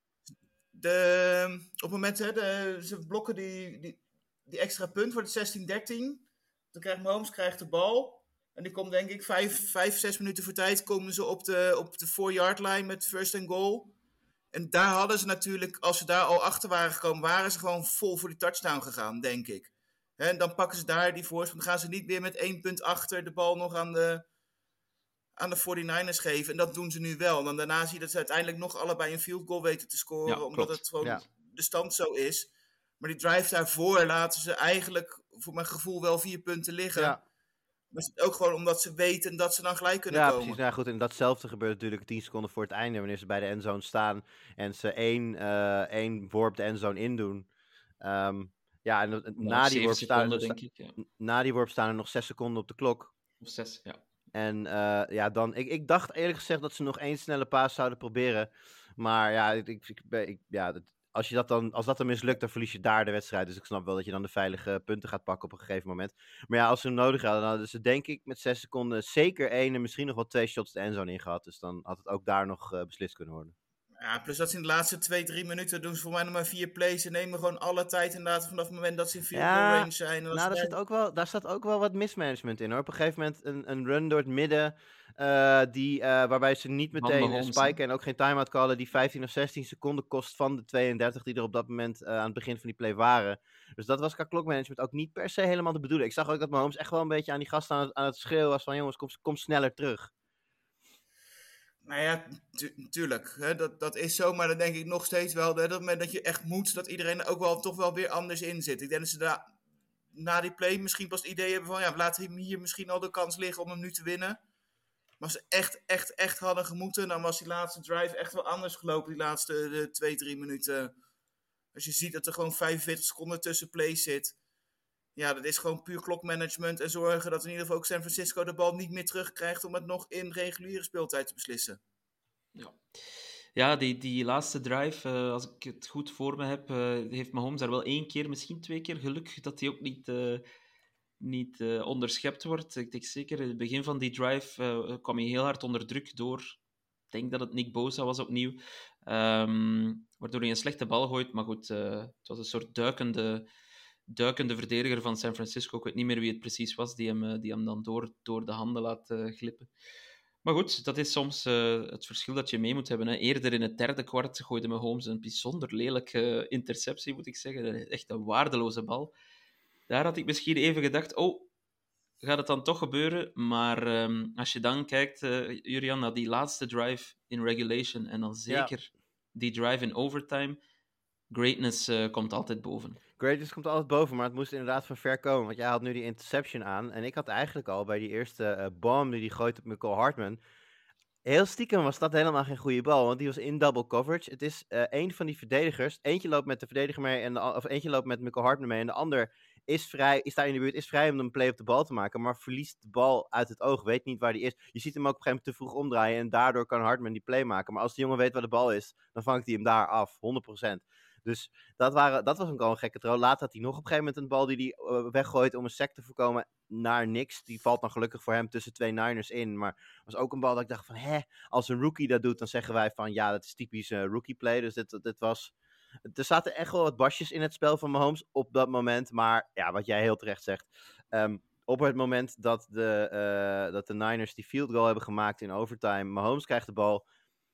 G: De, op het moment, hè, de, ze blokken die, die, die extra punt voor de zestien dertien. Dan krijgt Mahomes krijgt de bal. En die komt denk ik vijf, vijf, zes minuten voor tijd komen ze op de, op de four-yard line met first and goal. En daar hadden ze natuurlijk, als ze daar al achter waren gekomen, waren ze gewoon vol voor die touchdown gegaan, denk ik. Hè, en dan pakken ze daar die voorsprong. Dan gaan ze niet meer met één punt achter de bal nog aan de, aan de forty-niners geven. En dat doen ze nu wel. En dan daarna zie je dat ze uiteindelijk nog allebei een field goal weten te scoren.
E: Ja,
G: omdat
E: klopt.
G: het gewoon
F: Ja.
G: de stand zo is. Maar die drive daarvoor laten ze eigenlijk, voor mijn gevoel, wel vier punten liggen.
F: Ja.
G: Maar het is ook gewoon omdat ze weten dat ze dan gelijk kunnen
F: Ja,
G: komen.
F: precies. Nou goed, en datzelfde gebeurt natuurlijk tien seconden voor het einde, wanneer ze bij de endzone staan en ze één, uh, één worp de endzone indoen. Um, ja, en uh, na, die worp staan,
E: seconden, denk ik. Ja.
F: na die worp staan er nog zes seconden op de klok.
E: Of zes, ja.
F: En uh, ja, dan, ik, ik dacht eerlijk gezegd dat ze nog één snelle paas zouden proberen. Maar ja, ik, ik, ik, ik, ja dat, als, je dat dan, als dat dan mislukt, dan verlies je daar de wedstrijd. Dus ik snap wel dat je dan de veilige punten gaat pakken op een gegeven moment. Maar ja, als ze hem nodig hadden, dan hadden ze denk ik met zes seconden zeker één en misschien nog wel twee shots de endzone ingehad. Dus dan had het ook daar nog uh, beslist kunnen worden.
G: Ja, plus dat ze in de laatste twee, drie minuten doen ze voor mij nog maar vier plays. En nemen gewoon alle tijd inderdaad vanaf het moment dat ze in field goal
F: Ja,
G: range zijn.
F: Nou, daar, zit ook wel, daar staat ook wel wat mismanagement in hoor. Op een gegeven moment een, een run door het midden. Uh, die, uh, waarbij ze niet meteen
E: Mahomes,
F: spiken en ook geen time-out callen. Die vijftien of zestien seconden kost van de tweeëndertig die er op dat moment uh, aan het begin van die play waren. Dus dat was qua klokmanagement ook niet per se helemaal de bedoeling. Ik zag ook dat Mahomes echt wel een beetje aan die gasten aan het, aan het schreeuwen was van jongens, kom, kom sneller terug.
G: Nou ja, tu- tuurlijk. Hè, dat, dat is zo, maar dan denk ik nog steeds wel hè, dat moment dat je echt moet, dat iedereen er ook wel toch wel weer anders in zit. Ik denk dat ze daar na die play misschien pas het idee hebben van ja, we laten hem hier misschien al de kans liggen om hem nu te winnen. Maar als ze echt, echt, echt hadden gemoeten, dan was die laatste drive echt wel anders gelopen, die laatste de twee, drie minuten. Als je ziet dat er gewoon vijfenveertig seconden tussen plays zit. Ja, dat is gewoon puur klokmanagement en zorgen dat in ieder geval ook San Francisco de bal niet meer terugkrijgt om het nog in reguliere speeltijd te beslissen.
E: Ja, ja die, die laatste drive, uh, als ik het goed voor me heb, uh, heeft Mahomes daar wel één keer, misschien twee keer geluk dat hij ook niet, uh, niet uh, onderschept wordt. Ik denk zeker, in het begin van die drive uh, kwam hij heel hard onder druk door. Ik denk dat het Nick Bosa was opnieuw. Um, waardoor hij een slechte bal gooit. Maar goed, uh, het was een soort duikende... duikende verdediger van San Francisco. Ik weet niet meer wie het precies was, die hem, die hem dan door, door de handen laat uh, glippen. Maar goed, dat is soms uh, het verschil dat je mee moet hebben. Hè. Eerder in het derde kwart gooide Mahomes een bijzonder lelijke uh, interceptie, moet ik zeggen. Echt een waardeloze bal. Daar had ik misschien even gedacht, oh, gaat het dan toch gebeuren? Maar um, als je dan kijkt, uh, Jurian, naar die laatste drive in regulation en dan zeker ja. die drive in overtime, greatness uh, komt altijd boven.
F: Greatness komt altijd boven, maar het moest inderdaad van ver komen. Want jij had nu die interception aan. En ik had eigenlijk al bij die eerste uh, bomb die hij gooit op Mecole Hardman. Heel stiekem was dat helemaal geen goede bal. Want die was in double coverage. Het is uh, een van die verdedigers. Eentje loopt met de verdediger mee. En de, of eentje loopt met Mecole Hardman mee. En de ander is, vrij, is daar in de buurt. Is vrij om een play op de bal te maken. Maar verliest de bal uit het oog. Weet niet waar die is. Je ziet hem ook op een gegeven moment te vroeg omdraaien. En daardoor kan Hardman die play maken. Maar als de jongen weet waar de bal is. Dan vangt hij hem daar af. honderd procent. Dus dat, waren, dat was ook al een gekke throw. Later had hij nog op een gegeven moment een bal die hij uh, weggooit om een sack te voorkomen naar niks. Die valt dan gelukkig voor hem tussen twee Niners in. Maar was ook een bal dat ik dacht van, hè, als een rookie dat doet, dan zeggen wij van, ja, dat is typisch uh, rookie play. Dus dit, dit was... Er zaten echt wel wat basjes in het spel van Mahomes op dat moment. Maar ja, wat jij heel terecht zegt. Um, op het moment dat de, uh, dat de Niners die field goal hebben gemaakt in overtime. Mahomes krijgt de bal.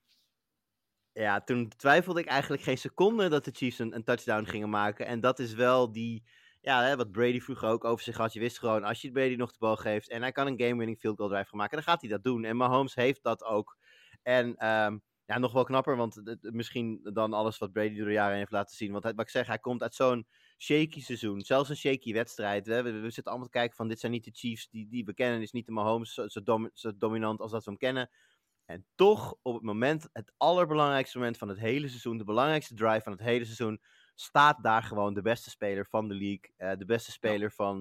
F: Ja, toen twijfelde ik eigenlijk geen seconde dat de Chiefs een, een touchdown gingen maken. En dat is wel die, ja, hè, wat Brady vroeger ook over zich had. Je wist gewoon, als je Brady nog de bal geeft en hij kan een game-winning field goal drive gaan maken, dan gaat hij dat doen. En Mahomes heeft dat ook. En um, ja, nog wel knapper, want het, misschien dan alles wat Brady door de jaren heeft laten zien. Want hij, wat ik zeg, hij komt uit zo'n shaky seizoen. Zelfs een shaky wedstrijd. Hè. We, we zitten allemaal te kijken van, dit zijn niet de Chiefs die, die we kennen. Dit is niet de Mahomes zo, zo, dom, zo dominant als dat we hem kennen. En toch, op het moment, het allerbelangrijkste moment van het hele seizoen, de belangrijkste drive van het hele seizoen, staat daar gewoon de beste speler van de league. Uh, de beste speler ja. van,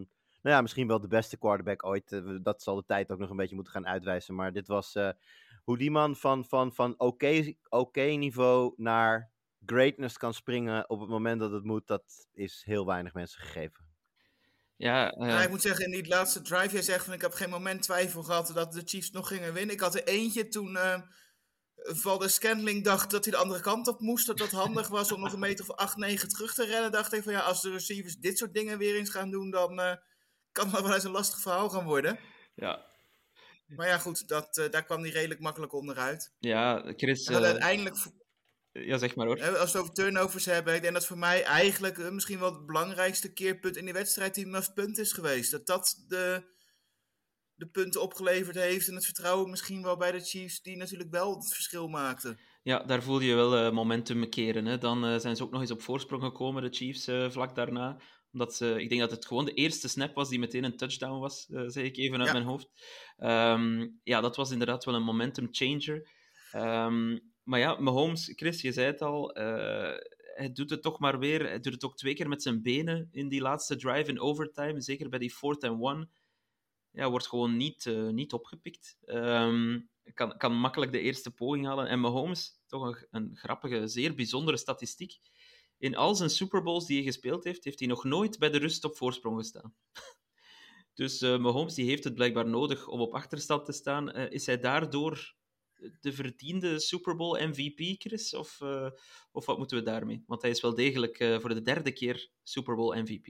F: nou ja, misschien wel de beste quarterback ooit. Uh, dat zal de tijd ook nog een beetje moeten gaan uitwijzen. Maar dit was uh, hoe die man van, van, van oké okay, okay niveau naar greatness kan springen op het moment dat het moet. Dat is heel weinig mensen gegeven.
E: Ja, uh...
G: ja, ik moet zeggen, in die laatste drive, jij zegt van ik heb geen moment twijfel gehad dat de Chiefs nog gingen winnen. Ik had er eentje toen uh, Valdes-Scantling dacht dat hij de andere kant op moest. Dat dat handig was om nog een meter of acht, negen terug te rennen. Dacht ik van ja, als de receivers dit soort dingen weer eens gaan doen, dan uh, kan dat wel eens een lastig verhaal gaan worden.
E: Ja.
G: Maar ja, goed, dat, uh, daar kwam hij redelijk makkelijk onderuit.
E: Ja, Chris...
G: Uh...
E: uiteindelijk... Ja, zeg maar hoor.
G: Als we het over turnovers hebben, ik denk dat voor mij eigenlijk uh, misschien wel het belangrijkste keerpunt in die wedstrijd die must punt is geweest. Dat dat de, de punten opgeleverd heeft en het vertrouwen misschien wel bij de Chiefs, die natuurlijk wel het verschil maakten.
E: Ja, daar voel je wel uh, momentum keren. Hè. Dan uh, zijn ze ook nog eens op voorsprong gekomen, de Chiefs, uh, vlak daarna. Omdat ze, ik denk dat het gewoon de eerste snap was die meteen een touchdown was, uh, zeg ik even uit ja. mijn hoofd. Um, ja, dat was inderdaad wel een momentum changer. Um, Maar ja, Mahomes, Chris, je zei het al, uh, hij doet het toch maar weer. Hij doet het ook twee keer met zijn benen in die laatste drive in overtime. Zeker bij die fourth and one. Ja, wordt gewoon niet, uh, niet opgepikt. Um, kan, kan makkelijk de eerste poging halen. En Mahomes, toch een, een grappige, zeer bijzondere statistiek. In al zijn Super Bowls die hij gespeeld heeft, heeft hij nog nooit bij de rust op voorsprong gestaan. Dus uh, Mahomes die heeft het blijkbaar nodig om op achterstand te staan. Uh, is hij daardoor... de verdiende Super Bowl M V P, Chris? Of, uh, of wat moeten we daarmee? Want hij is wel degelijk uh, voor de derde keer Super Bowl M V P.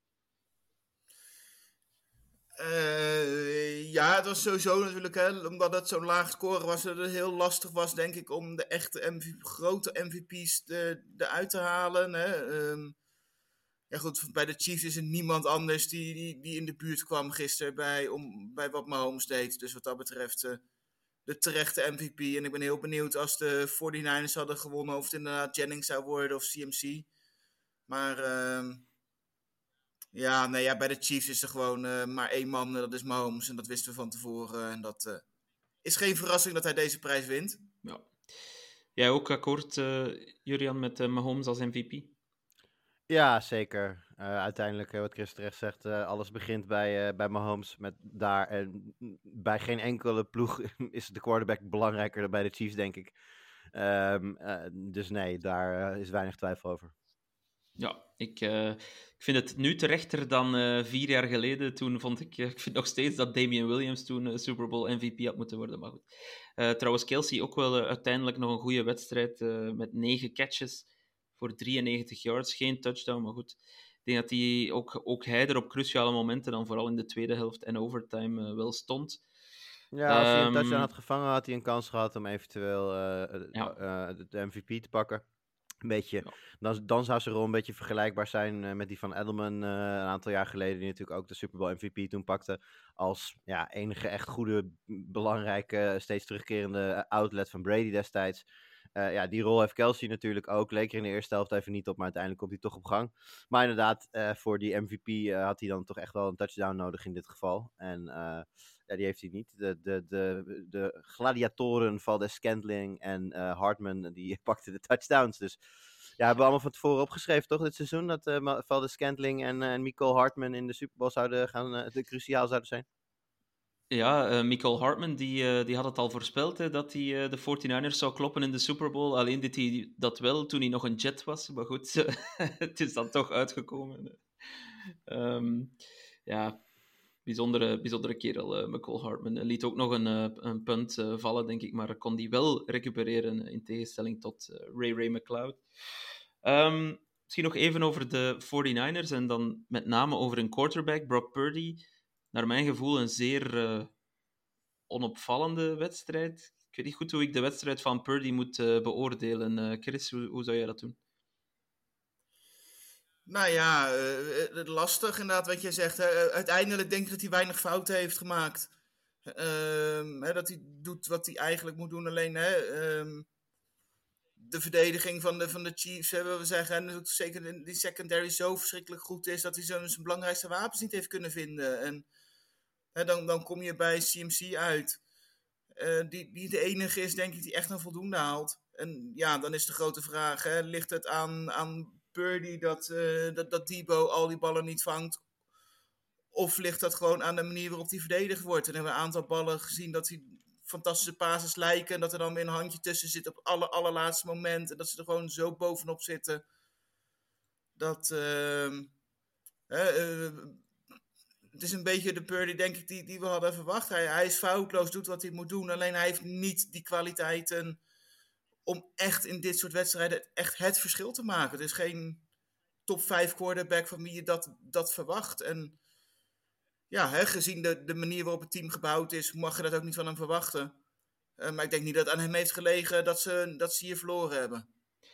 G: Uh, ja, het was sowieso natuurlijk, hè, omdat het zo'n laag score was, dat het heel lastig was, denk ik, om de echte M V P, grote M V P's eruit te halen. Hè. Um, ja goed, bij de Chiefs is er niemand anders die, die, die in de buurt kwam gisteren bij, om, bij wat Mahomes deed. Dus wat dat betreft... Uh, de terechte M V P. En ik ben heel benieuwd als de forty-niners hadden gewonnen of het inderdaad Jennings zou worden of C M C. Maar uh, ja, nee, ja, bij de Chiefs is er gewoon uh, maar één man, dat is Mahomes. En dat wisten we van tevoren. En dat uh, is geen verrassing dat hij deze prijs wint.
E: Ja. Jij ook akkoord, uh, Jurian, met uh, Mahomes als M V P?
F: Ja, zeker. Uh, uiteindelijk, uh, wat Chris terecht zegt, uh, alles begint bij, uh, bij Mahomes. Met daar, en bij geen enkele ploeg is de quarterback belangrijker dan bij de Chiefs, denk ik. Um, uh, dus nee, daar uh, is weinig twijfel over.
E: Ja, ik, uh, ik vind het nu terechter dan uh, vier jaar geleden. Toen vond ik, uh, ik vind nog steeds dat Damian Williams toen uh, Super Bowl M V P had moeten worden. Maar goed. Uh, trouwens, Kelsey ook wel uh, uiteindelijk nog een goede wedstrijd uh, met negen catches. Voor drieënnegentig yards, geen touchdown, maar goed. Ik denk dat hij ook, ook hij er op cruciale momenten, dan vooral in de tweede helft en overtime, uh, wel stond.
F: Ja, als um, hij een touchdown had gevangen, had hij een kans gehad om eventueel uh, ja. uh, de M V P te pakken. Een beetje, ja. dan, dan zou zijn rol een beetje vergelijkbaar zijn uh, met die van Edelman uh, een aantal jaar geleden, die natuurlijk ook de Super Bowl M V P toen pakte. Als ja, enige echt goede, belangrijke, steeds terugkerende outlet van Brady destijds. Uh, ja, die rol heeft Kelsey natuurlijk ook. Leek er in de eerste helft even niet op, maar uiteindelijk komt hij toch op gang. Maar inderdaad, uh, voor die M V P uh, had hij dan toch echt wel een touchdown nodig in dit geval. En uh, ja, die heeft hij niet. De, de, de, de gladiatoren Valdes-Scantling en uh, Hartman, die pakten de touchdowns. Dus ja, hebben we allemaal van tevoren opgeschreven, toch, dit seizoen? Dat uh, Valdes-Scantling en, uh, en Mecole Hardman in de Super Bowl zouden gaan, uh, de cruciaal zouden zijn.
E: Ja, uh, Mecole Hardman die, uh, die had het al voorspeld, hè, dat hij uh, de forty-niners zou kloppen in de Super Bowl. Alleen deed hij dat wel toen hij nog een Jet was. Maar goed, het is dan toch uitgekomen. Um, ja, bijzondere, bijzondere kerel, uh, Mecole Hardman. Hij liet ook nog een, uh, een punt uh, vallen, denk ik, maar kon die wel recupereren in tegenstelling tot uh, Ray Ray McCloud. Um, misschien nog even over de forty-niners en dan met name over een quarterback, Brock Purdy. Naar mijn gevoel een zeer uh, onopvallende wedstrijd. Ik weet niet goed hoe ik de wedstrijd van Purdy moet uh, beoordelen. Uh, Chris, hoe, hoe zou jij dat doen?
G: Nou ja, uh, lastig inderdaad wat jij zegt. Hè. Uiteindelijk denk ik dat hij weinig fouten heeft gemaakt. Uh, hè, dat hij doet wat hij eigenlijk moet doen. Alleen hè, uh, de verdediging van de, van de Chiefs, hebben we zeggen. En dat zeker die secondary zo verschrikkelijk goed is dat hij zo zijn belangrijkste wapens niet heeft kunnen vinden. En hè, dan, dan kom je bij C M C uit. Uh, die, die de enige is, denk ik, die echt een voldoende haalt. En ja, dan is de grote vraag, hè, ligt het aan, aan Purdy dat, uh, dat, dat Debo al die ballen niet vangt? Of ligt dat gewoon aan de manier waarop hij verdedigd wordt? En we hebben een aantal ballen gezien dat hij fantastische passes lijken. En dat er dan weer een handje tussen zit op het aller, allerlaatste moment. En dat ze er gewoon zo bovenop zitten. Dat... Uh, uh, uh, het is een beetje de Purdy, denk ik, die, die we hadden verwacht. Hij, hij is foutloos, doet wat hij moet doen. Alleen hij heeft niet die kwaliteiten om echt in dit soort wedstrijden echt het verschil te maken. Het is geen top vijf quarterback van wie je dat, dat verwacht. En ja, hè, gezien de, de manier waarop het team gebouwd is, mag je dat ook niet van hem verwachten. Uh, maar ik denk niet dat het aan hem heeft gelegen dat ze, dat ze hier verloren hebben.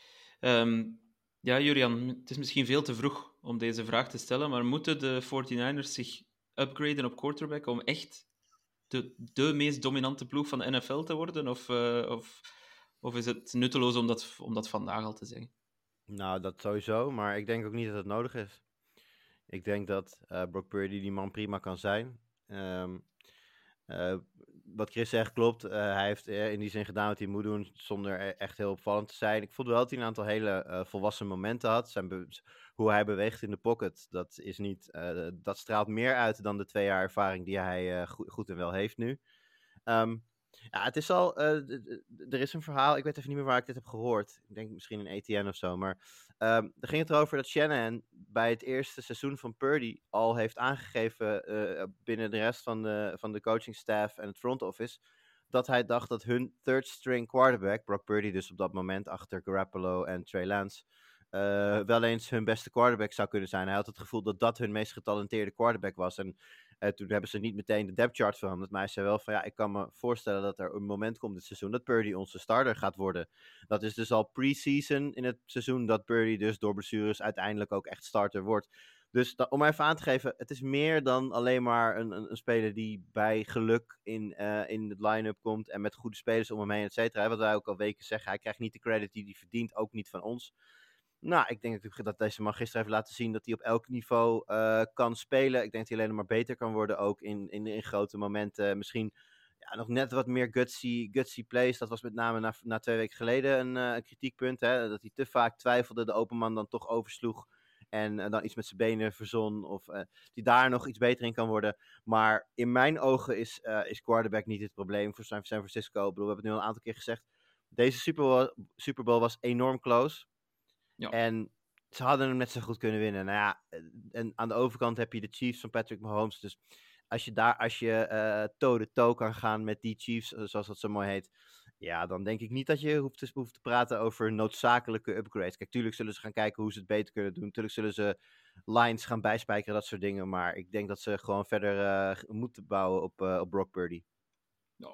E: Um, ja, Julian, het is misschien veel te vroeg om deze vraag te stellen, maar moeten de forty-niners zich upgraden op quarterback om echt de, de meest dominante ploeg van de N F L te worden? Of, uh, of, of is het nutteloos om dat, om dat vandaag al te zeggen?
F: Nou, dat sowieso, maar ik denk ook niet dat het nodig is. Ik denk dat uh, Brock Purdy die man prima kan zijn. Um, uh, wat Chris zegt klopt. Uh, hij heeft uh, in die zin gedaan wat hij moet doen zonder echt heel opvallend te zijn. Ik vond wel dat hij een aantal hele uh, volwassen momenten had. Zijn be- hoe hij beweegt in de pocket, dat, is niet, uh, dat straalt meer uit dan de twee jaar ervaring die hij uh, goed, goed en wel heeft nu. Um, ja, het is al... Uh, d- d- er is een verhaal, ik weet even niet meer waar ik dit heb gehoord. Ik denk misschien in A T N of zo, maar... Um, er ging het erover dat Shanahan bij het eerste seizoen van Purdy al heeft aangegeven uh, binnen de rest van de, van de coachingstaff en het front office, dat hij dacht dat hun third string quarterback, Brock Purdy dus op dat moment achter Garoppolo en Trey Lance, uh, wel eens hun beste quarterback zou kunnen zijn. Hij had het gevoel dat dat hun meest getalenteerde quarterback was. En uh, toen hebben ze niet meteen de depth chart veranderd, maar hij zei wel van ja, ik kan me voorstellen dat er een moment komt dit seizoen dat Purdy onze starter gaat worden. Dat is dus al pre-season in het seizoen dat Purdy dus door blessures uiteindelijk ook echt starter wordt. Dus da- om even aan te geven, het is meer dan alleen maar een, een, een speler die bij geluk in, uh, in het line-up komt en met goede spelers om hem heen, et cetera. Wat wij ook al weken zeggen, hij krijgt niet de credit die hij verdient, ook niet van ons. Nou, ik denk dat deze man gisteren heeft laten zien dat hij op elk niveau uh, kan spelen. Ik denk dat hij alleen maar beter kan worden, ook in, in, in grote momenten. Misschien ja, nog net wat meer gutsy, gutsy plays. Dat was met name na, na twee weken geleden een, uh, een kritiekpunt. Hè? Dat hij te vaak twijfelde, de open man dan toch oversloeg. En uh, dan iets met zijn benen verzon. Of uh, die daar nog iets beter in kan worden. Maar in mijn ogen is, uh, is quarterback niet het probleem voor San Francisco. Ik bedoel, we hebben het nu al een aantal keer gezegd. Deze Super Bowl, Super Bowl was enorm close. Ja. En ze hadden hem net zo goed kunnen winnen. Nou ja, en aan de overkant heb je de Chiefs van Patrick Mahomes. Dus als je daar, als je uh, toe-de-toe kan gaan met die Chiefs, zoals dat zo mooi heet, ja, dan denk ik niet dat je hoeft te, hoeft te praten over noodzakelijke upgrades. Kijk, tuurlijk zullen ze gaan kijken hoe ze het beter kunnen doen. Tuurlijk zullen ze lines gaan bijspijkeren, dat soort dingen. Maar ik denk dat ze gewoon verder uh, moeten bouwen op, uh, op Brock Purdy.
E: Ja.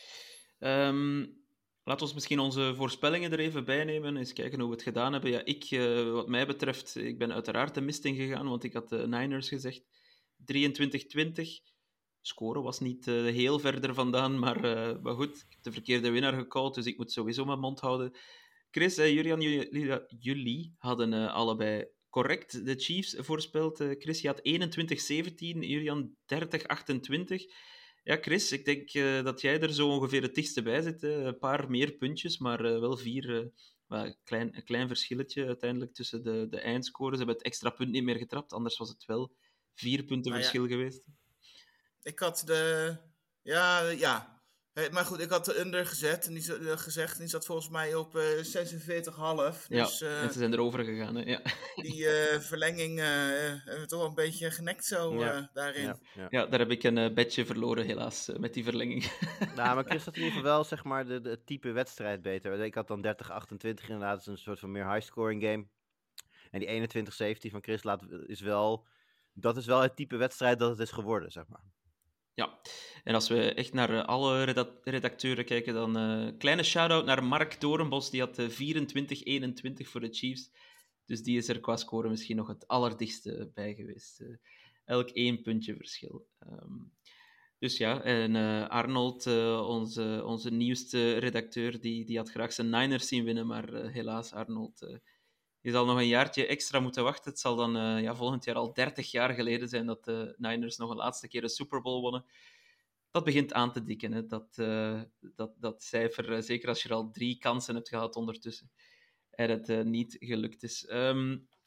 E: Um... Laten we misschien onze voorspellingen er even bij nemen. Eens kijken hoe we het gedaan hebben. Ja, ik, uh, wat mij betreft, ik ben uiteraard de mist ingegaan, want ik had de Niners gezegd. drieëntwintig twintig. Scoren was niet uh, heel verder vandaan, maar, uh, maar goed. Ik heb de verkeerde winnaar gecallt, dus ik moet sowieso mijn mond houden. Chris en Julian, jullie, jullie hadden uh, allebei correct de Chiefs voorspeld. Uh, Chris, je had eenentwintig zeventien, Julian dertig achtentwintig. Ja, Chris, ik denk uh, dat jij er zo ongeveer het dichtste bij zit. Hè. Een paar meer puntjes, maar uh, wel vier. Uh, well, klein, een klein verschilletje uiteindelijk tussen de, de eindscores. Ze hebben het extra punt niet meer getrapt, anders was het wel vier punten nou, verschil ja. geweest.
G: Ik had de... Ja, ja. Maar goed, ik had de under gezet en die uh, gezegd. En die zat volgens mij op uh, zesenveertig komma vijf. Dus,
E: ja,
G: uh,
E: en ze zijn erover gegaan. Hè? Ja.
G: Die uh, verlenging uh, hebben we toch wel een beetje genekt zo uh, ja. daarin.
E: Ja, ja. ja, daar heb ik een uh, bedje verloren helaas, uh, met die verlenging.
F: Nou, maar Chris had in ieder geval wel zeg maar de, de, het type wedstrijd beter. Ik had dan dertig achtentwintig inderdaad, dat is een soort van meer high-scoring game. En die eenentwintig zeventien van Chris laat, is wel... Dat is wel het type wedstrijd dat het is geworden, zeg maar.
E: Ja, en als we echt naar uh, alle reda- redacteuren kijken, dan een uh, kleine shout-out naar Mark Doornbos, die had uh, vierentwintig eenentwintig voor de Chiefs. Dus die is er qua score misschien nog het allerdichtste bij geweest. Uh, elk één puntje verschil. Um, dus ja, en uh, Arnold, uh, onze, onze nieuwste redacteur, die, die had graag zijn Niners zien winnen, maar uh, helaas, Arnold... Uh, Je zal nog een jaartje extra moeten wachten. Het zal dan uh, ja, volgend jaar al dertig jaar geleden zijn dat de Niners nog een laatste keer een Super Bowl wonnen. Dat begint aan te dikken, hè? Dat, uh, dat, dat cijfer. Uh, zeker als je er al drie kansen hebt gehad ondertussen. En het uh, niet gelukt is. Um,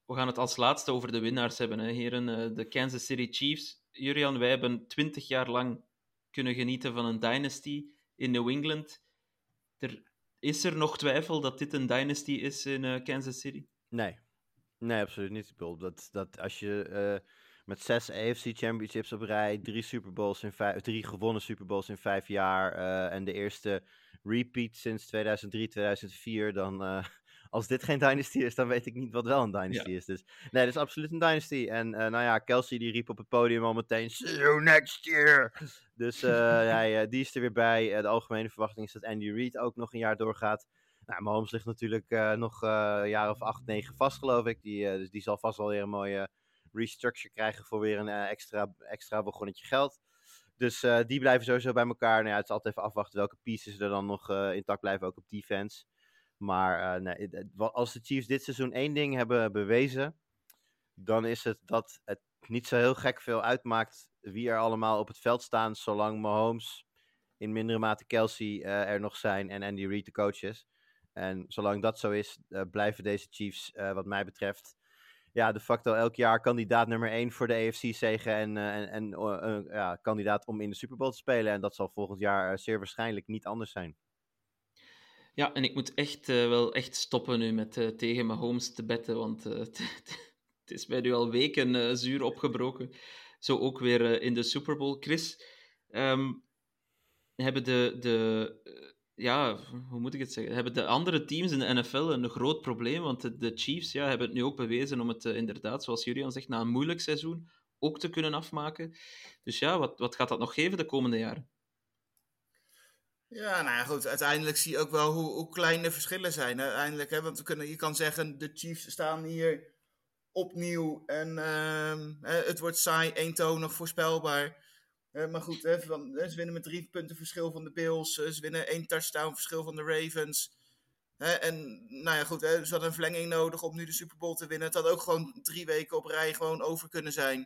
E: we gaan het als laatste over de winnaars hebben, hè, heren. Uh, de Kansas City Chiefs. Jurian, wij hebben twintig jaar lang kunnen genieten van een dynasty in New England. Er, is er nog twijfel dat dit een dynasty is in uh, Kansas City?
F: Nee. Nee, absoluut niet. Ik bedoel, dat, dat als je uh, met zes A F C Championships op rij, drie Super Bowls in vijf, drie gewonnen Super Bowls in vijf jaar uh, en de eerste repeat sinds tweeduizend drie, tweeduizend vier, dan uh, als dit geen dynasty is, dan weet ik niet wat wel een dynasty ja. is. Dus nee, dit is absoluut een dynasty. En uh, nou ja, Kelsey die riep op het podium al meteen, see you next year! Dus uh, ja, die is er weer bij. Uh, de algemene verwachting is dat Andy Reid ook nog een jaar doorgaat. Nou, Mahomes ligt natuurlijk uh, nog uh, een jaar of acht, negen vast, geloof ik. Die, uh, dus die zal vast wel weer een mooie restructure krijgen voor weer een uh, extra, extra begonnetje geld. Dus uh, die blijven sowieso bij elkaar. Nou ja, het is altijd even afwachten welke pieces er dan nog uh, intact blijven, ook op defense. Maar uh, nee, als de Chiefs dit seizoen één ding hebben bewezen, dan is het dat het niet zo heel gek veel uitmaakt wie er allemaal op het veld staan, zolang Mahomes, in mindere mate Kelsey, uh, er nog zijn en Andy Reid de coach is. En zolang dat zo is, uh, blijven deze Chiefs, uh, wat mij betreft, ja, de facto elk jaar kandidaat nummer één voor de A F C-zege en, uh, en, en uh, uh, ja, kandidaat om in de Super Bowl te spelen. En dat zal volgend jaar uh, zeer waarschijnlijk niet anders zijn.
E: Ja, en ik moet echt uh, wel echt stoppen nu met uh, tegen Mahomes te betten, want uh, het is mij nu al weken uh, zuur opgebroken. Zo ook weer uh, in de Super Bowl. Chris, um, hebben de... de uh, Ja, hoe moet ik het zeggen? Hebben de andere teams in de N F L een groot probleem? Want de, de Chiefs ja, hebben het nu ook bewezen om het uh, inderdaad, zoals Julian zegt, na een moeilijk seizoen ook te kunnen afmaken. Dus ja, wat, wat gaat dat nog geven de komende jaren?
G: Ja, nou ja, goed. Uiteindelijk zie je ook wel hoe, hoe klein de verschillen zijn. Uiteindelijk, hè, want we kunnen, je kan zeggen, de Chiefs staan hier opnieuw en uh, het wordt saai, eentonig, voorspelbaar. Uh, maar goed, hè, van, ze winnen met drie punten verschil van de Bills. Ze winnen één touchdown verschil van de Ravens. Hè, en nou ja, goed, hè, ze hadden een verlenging nodig om nu de Super Bowl te winnen. Het had ook gewoon drie weken op rij gewoon over kunnen zijn.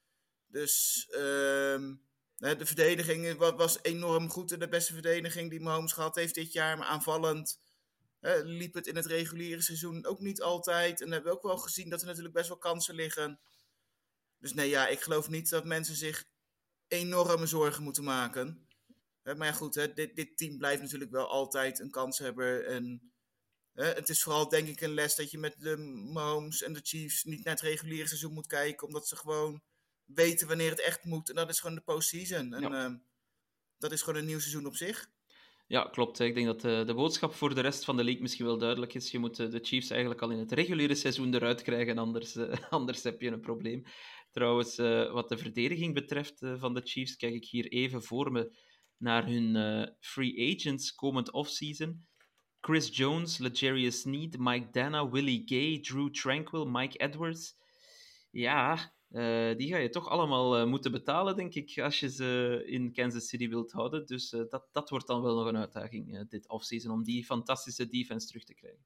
G: Dus uh, de verdediging was enorm goed. En de beste verdediging die Mahomes gehad heeft dit jaar. Maar aanvallend uh, liep het in het reguliere seizoen ook niet altijd. En we hebben ook wel gezien dat er natuurlijk best wel kansen liggen. Dus nee, ja, ik geloof niet dat mensen zich enorme zorgen moeten maken. Uh, maar ja, goed, hè, dit, dit team blijft natuurlijk wel altijd een kans hebben. En uh, het is vooral, denk ik, een les dat je met de Mahomes en de Chiefs niet naar het reguliere seizoen moet kijken, omdat ze gewoon weten wanneer het echt moet. En dat is gewoon de postseason. En ja. uh, dat is gewoon een nieuw seizoen op zich.
E: Ja, klopt. Ik denk dat de, de boodschap voor de rest van de league misschien wel duidelijk is. Je moet de Chiefs eigenlijk al in het reguliere seizoen eruit krijgen, anders, uh, anders heb je een probleem. Trouwens, uh, wat de verdediging betreft uh, van de Chiefs, kijk ik hier even voor me naar hun uh, free agents komend offseason. Chris Jones, L'Jarius Sneed, Mike Danna, Willie Gay, Drew Tranquill, Mike Edwards. Ja, uh, die ga je toch allemaal uh, moeten betalen, denk ik, als je ze in Kansas City wilt houden. Dus uh, dat, dat wordt dan wel nog een uitdaging uh, dit offseason, om die fantastische defense terug te krijgen.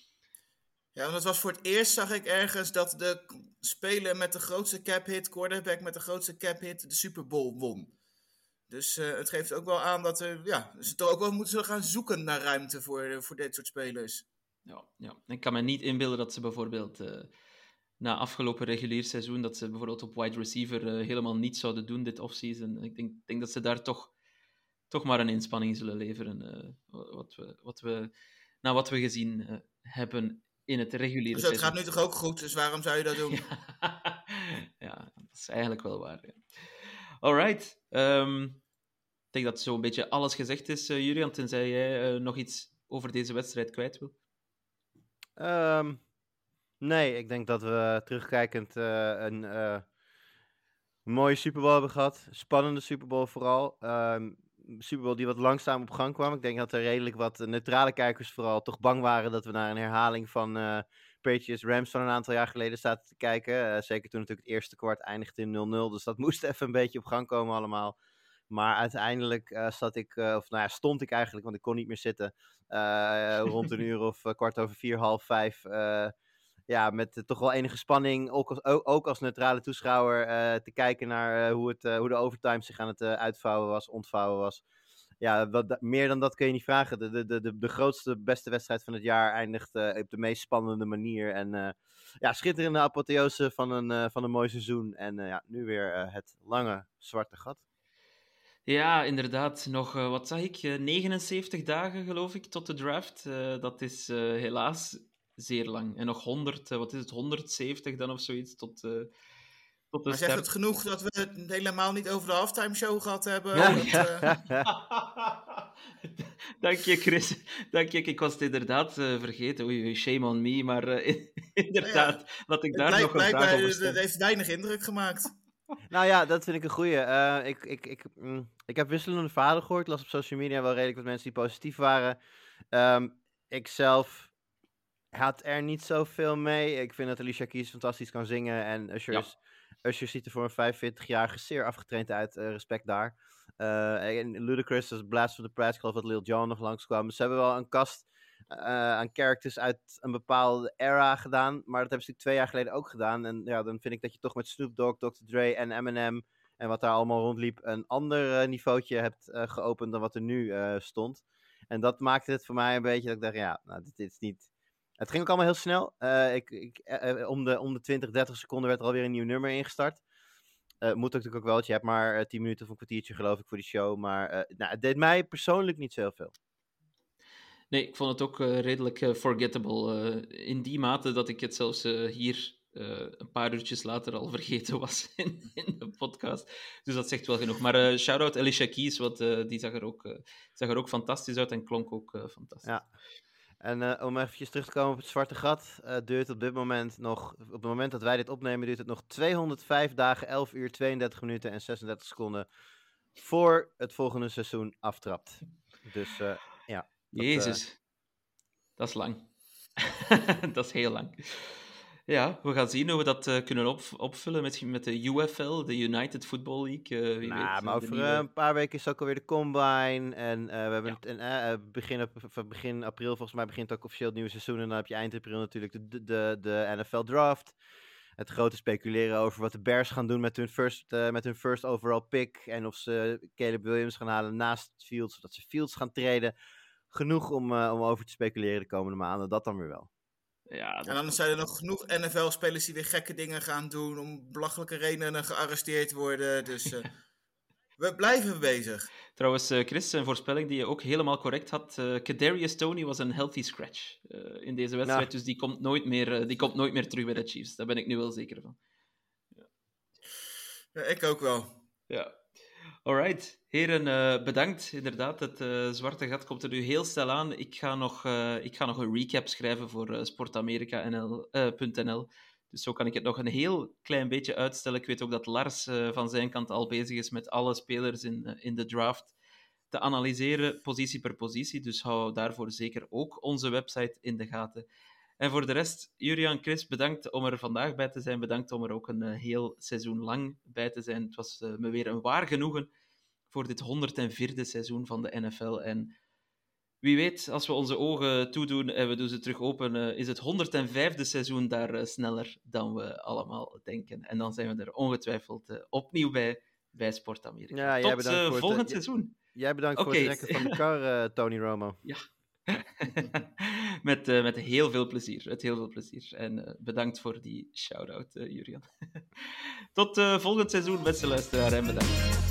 G: Ja, want het was voor het eerst, zag ik ergens, dat de speler met de grootste cap hit, quarterback met de grootste cap hit, de Super Bowl won. Dus uh, het geeft ook wel aan dat er, ja, ze toch ook wel moeten gaan zoeken naar ruimte voor, voor dit soort spelers.
E: Ja, ja. Ik kan me niet inbeelden dat ze bijvoorbeeld uh, na afgelopen regulier seizoen, dat ze bijvoorbeeld op wide receiver uh, helemaal niets zouden doen dit offseason. Ik denk, denk dat ze daar toch, toch maar een inspanning zullen leveren, uh, wat, we, wat we, nou, wat we gezien uh, hebben in het reguliere
G: dus
E: seizoen.
G: Het gaat nu toch ook goed, dus waarom zou je dat doen?
E: ja, ja, dat is eigenlijk wel waar. Ja. Alright. Um, ik denk dat zo'n beetje alles gezegd is, uh, Julian, tenzij jij uh, nog iets over deze wedstrijd kwijt wil.
F: Um, nee, ik denk dat we terugkijkend uh, een uh, mooie Super Bowl hebben gehad. Spannende Super Bowl vooral. Um, Super Bowl die wat langzaam op gang kwam. Ik denk dat er redelijk wat neutrale kijkers vooral toch bang waren dat we naar een herhaling van uh, Patriots Rams van een aantal jaar geleden zaten te kijken. Uh, zeker toen natuurlijk het eerste kwart eindigde in nul nul. Dus dat moest even een beetje op gang komen allemaal. Maar uiteindelijk uh, zat ik, uh, of nou ja, stond ik eigenlijk, want ik kon niet meer zitten. Uh, rond een uur of uh, kwart over vier, half vijf. Uh, ja, met uh, toch wel enige spanning, ook als, ook, ook als neutrale toeschouwer, uh, te kijken naar uh, hoe, het, uh, hoe de overtime zich aan het uh, uitvouwen was, ontvouwen was. ja, wat, meer dan dat kun je niet vragen. De, de, de, de grootste, beste wedstrijd van het jaar eindigt uh, op de meest spannende manier. En uh, ja, schitterende apotheose van een, uh, van een mooi seizoen. En uh, ja, nu weer uh, het lange zwarte gat.
E: Ja, inderdaad. Nog, uh, wat zag ik, uh, negenenzeventig dagen geloof ik tot de draft. Uh, dat is uh, helaas zeer lang. En nog honderd, uh, wat is het, honderdzeventig dan of zoiets tot... Uh, Tot
G: maar zegt het genoeg dat we het helemaal niet over de halftime show gehad hebben?
F: Ja.
G: Dat, uh...
E: Dank je, Chris. Dank je. Ik was het inderdaad uh, vergeten. Oei, shame on me. Maar uh, inderdaad, ja, laat ik daar
G: blijk,
E: nog een vraag over stellen.
G: Het heeft weinig indruk gemaakt.
F: Nou ja, dat vind ik een goeie. Uh, ik, ik, ik, mm, ik heb wisselende verhalen gehoord. Ik las op social media wel redelijk wat mensen die positief waren. Um, ik zelf had er niet zoveel mee. Ik vind dat Alicia Keys fantastisch kan zingen. En Usher, ja. is, Usher ziet er voor een vijfenveertigjarige zeer afgetraind uit. Uh, respect daar. Uh, en Ludacris is Blast from the Past. Ik geloof dat Lil Jon nog langskwam. Dus ze hebben wel een kast uh, aan characters uit een bepaalde era gedaan. Maar dat hebben ze natuurlijk twee jaar geleden ook gedaan. En ja, dan vind ik dat je toch met Snoop Dogg, dokter Dre en Eminem... en wat daar allemaal rondliep, een ander uh, niveautje hebt uh, geopend dan wat er nu uh, stond. En dat maakte het voor mij een beetje dat ik dacht, ja, nou, dit, dit is niet... Het ging ook allemaal heel snel. Uh, ik, ik, uh, om, de, om de twintig, dertig seconden werd er alweer een nieuw nummer ingestart. Uh, moet natuurlijk ook wel, want je hebt maar uh, tien minuten of een kwartiertje geloof ik voor die show. Maar uh, nou, het deed mij persoonlijk niet zoveel.
E: Nee, ik vond het ook uh, redelijk uh, forgettable. Uh, in die mate dat ik het zelfs uh, hier uh, een paar uurtjes later al vergeten was in, in de podcast. Dus dat zegt wel genoeg. Maar uh, shout-out Alicia Keys, want uh, die zag er, ook, uh, zag er ook fantastisch uit en klonk ook uh, fantastisch.
F: Ja. En uh, om eventjes terug te komen op het zwarte gat, uh, duurt op dit moment nog, op het moment dat wij dit opnemen, duurt het nog tweehonderdvijf dagen, elf uur, tweeëndertig minuten en zesendertig seconden voor het volgende seizoen aftrapt. Dus uh, ja.
E: Dat, Jezus, uh... dat is lang. Dat is heel lang. Ja, we gaan zien hoe we dat uh, kunnen op, opvullen met, met de U F L, de United Football League. Uh, wie
F: nou,
E: weet,
F: maar over nieuwe... een paar weken is ook alweer de Combine. En uh, we hebben ja. een, uh, begin, begin april, volgens mij begint ook officieel het nieuwe seizoen. En dan heb je eind april natuurlijk de, de, de, de N F L Draft. Het grote speculeren over wat de Bears gaan doen met hun first, uh, met hun first overall pick. En of ze Caleb Williams gaan halen naast Fields, of dat ze Fields gaan treden. Genoeg om, uh, om over te speculeren de komende maanden, dat dan weer wel.
E: Ja, dat...
G: En dan zijn er nog genoeg N F L-spelers die weer gekke dingen gaan doen, om belachelijke redenen gearresteerd worden. Dus uh, we blijven bezig.
E: Trouwens, uh, Chris, een voorspelling die je ook helemaal correct had. Uh, Kadarius Toney was een healthy scratch uh, in deze wedstrijd, nou. Dus die komt, nooit meer, uh, die komt nooit meer terug bij de Chiefs. Daar ben ik nu wel zeker van.
G: Ja, ja ik ook wel.
E: Ja. Alright, heren, uh, bedankt. Inderdaad, het uh, zwarte gat komt er nu heel snel aan. Ik ga nog, uh, ik ga nog een recap schrijven voor uh, sportamerika punt n l. Dus zo kan ik het nog een heel klein beetje uitstellen. Ik weet ook dat Lars uh, van zijn kant al bezig is met alle spelers in, uh, in de draft te analyseren, positie per positie. Dus hou daarvoor zeker ook onze website in de gaten. En voor de rest, Jurian, Chris, bedankt om er vandaag bij te zijn. Bedankt om er ook een uh, heel seizoen lang bij te zijn. Het was uh, me weer een waar genoegen voor dit honderdvierde seizoen van de N F L. En wie weet, als we onze ogen toedoen en we doen ze terug open, uh, is het honderdvijfde seizoen daar uh, sneller dan we allemaal denken. En dan zijn we er ongetwijfeld uh, opnieuw bij, bij Sport Amerika.
F: Ja, jij
E: Tot uh,
F: voor
E: volgend
F: het,
E: seizoen.
F: Jij bedankt okay. voor het trekken van de kar, uh, Tony Romo.
E: Ja. met, uh, met heel veel plezier. Met heel veel plezier. En uh, bedankt voor die shout-out, uh, Jurian. Tot uh, volgend seizoen, beste luisteraar, en bedankt.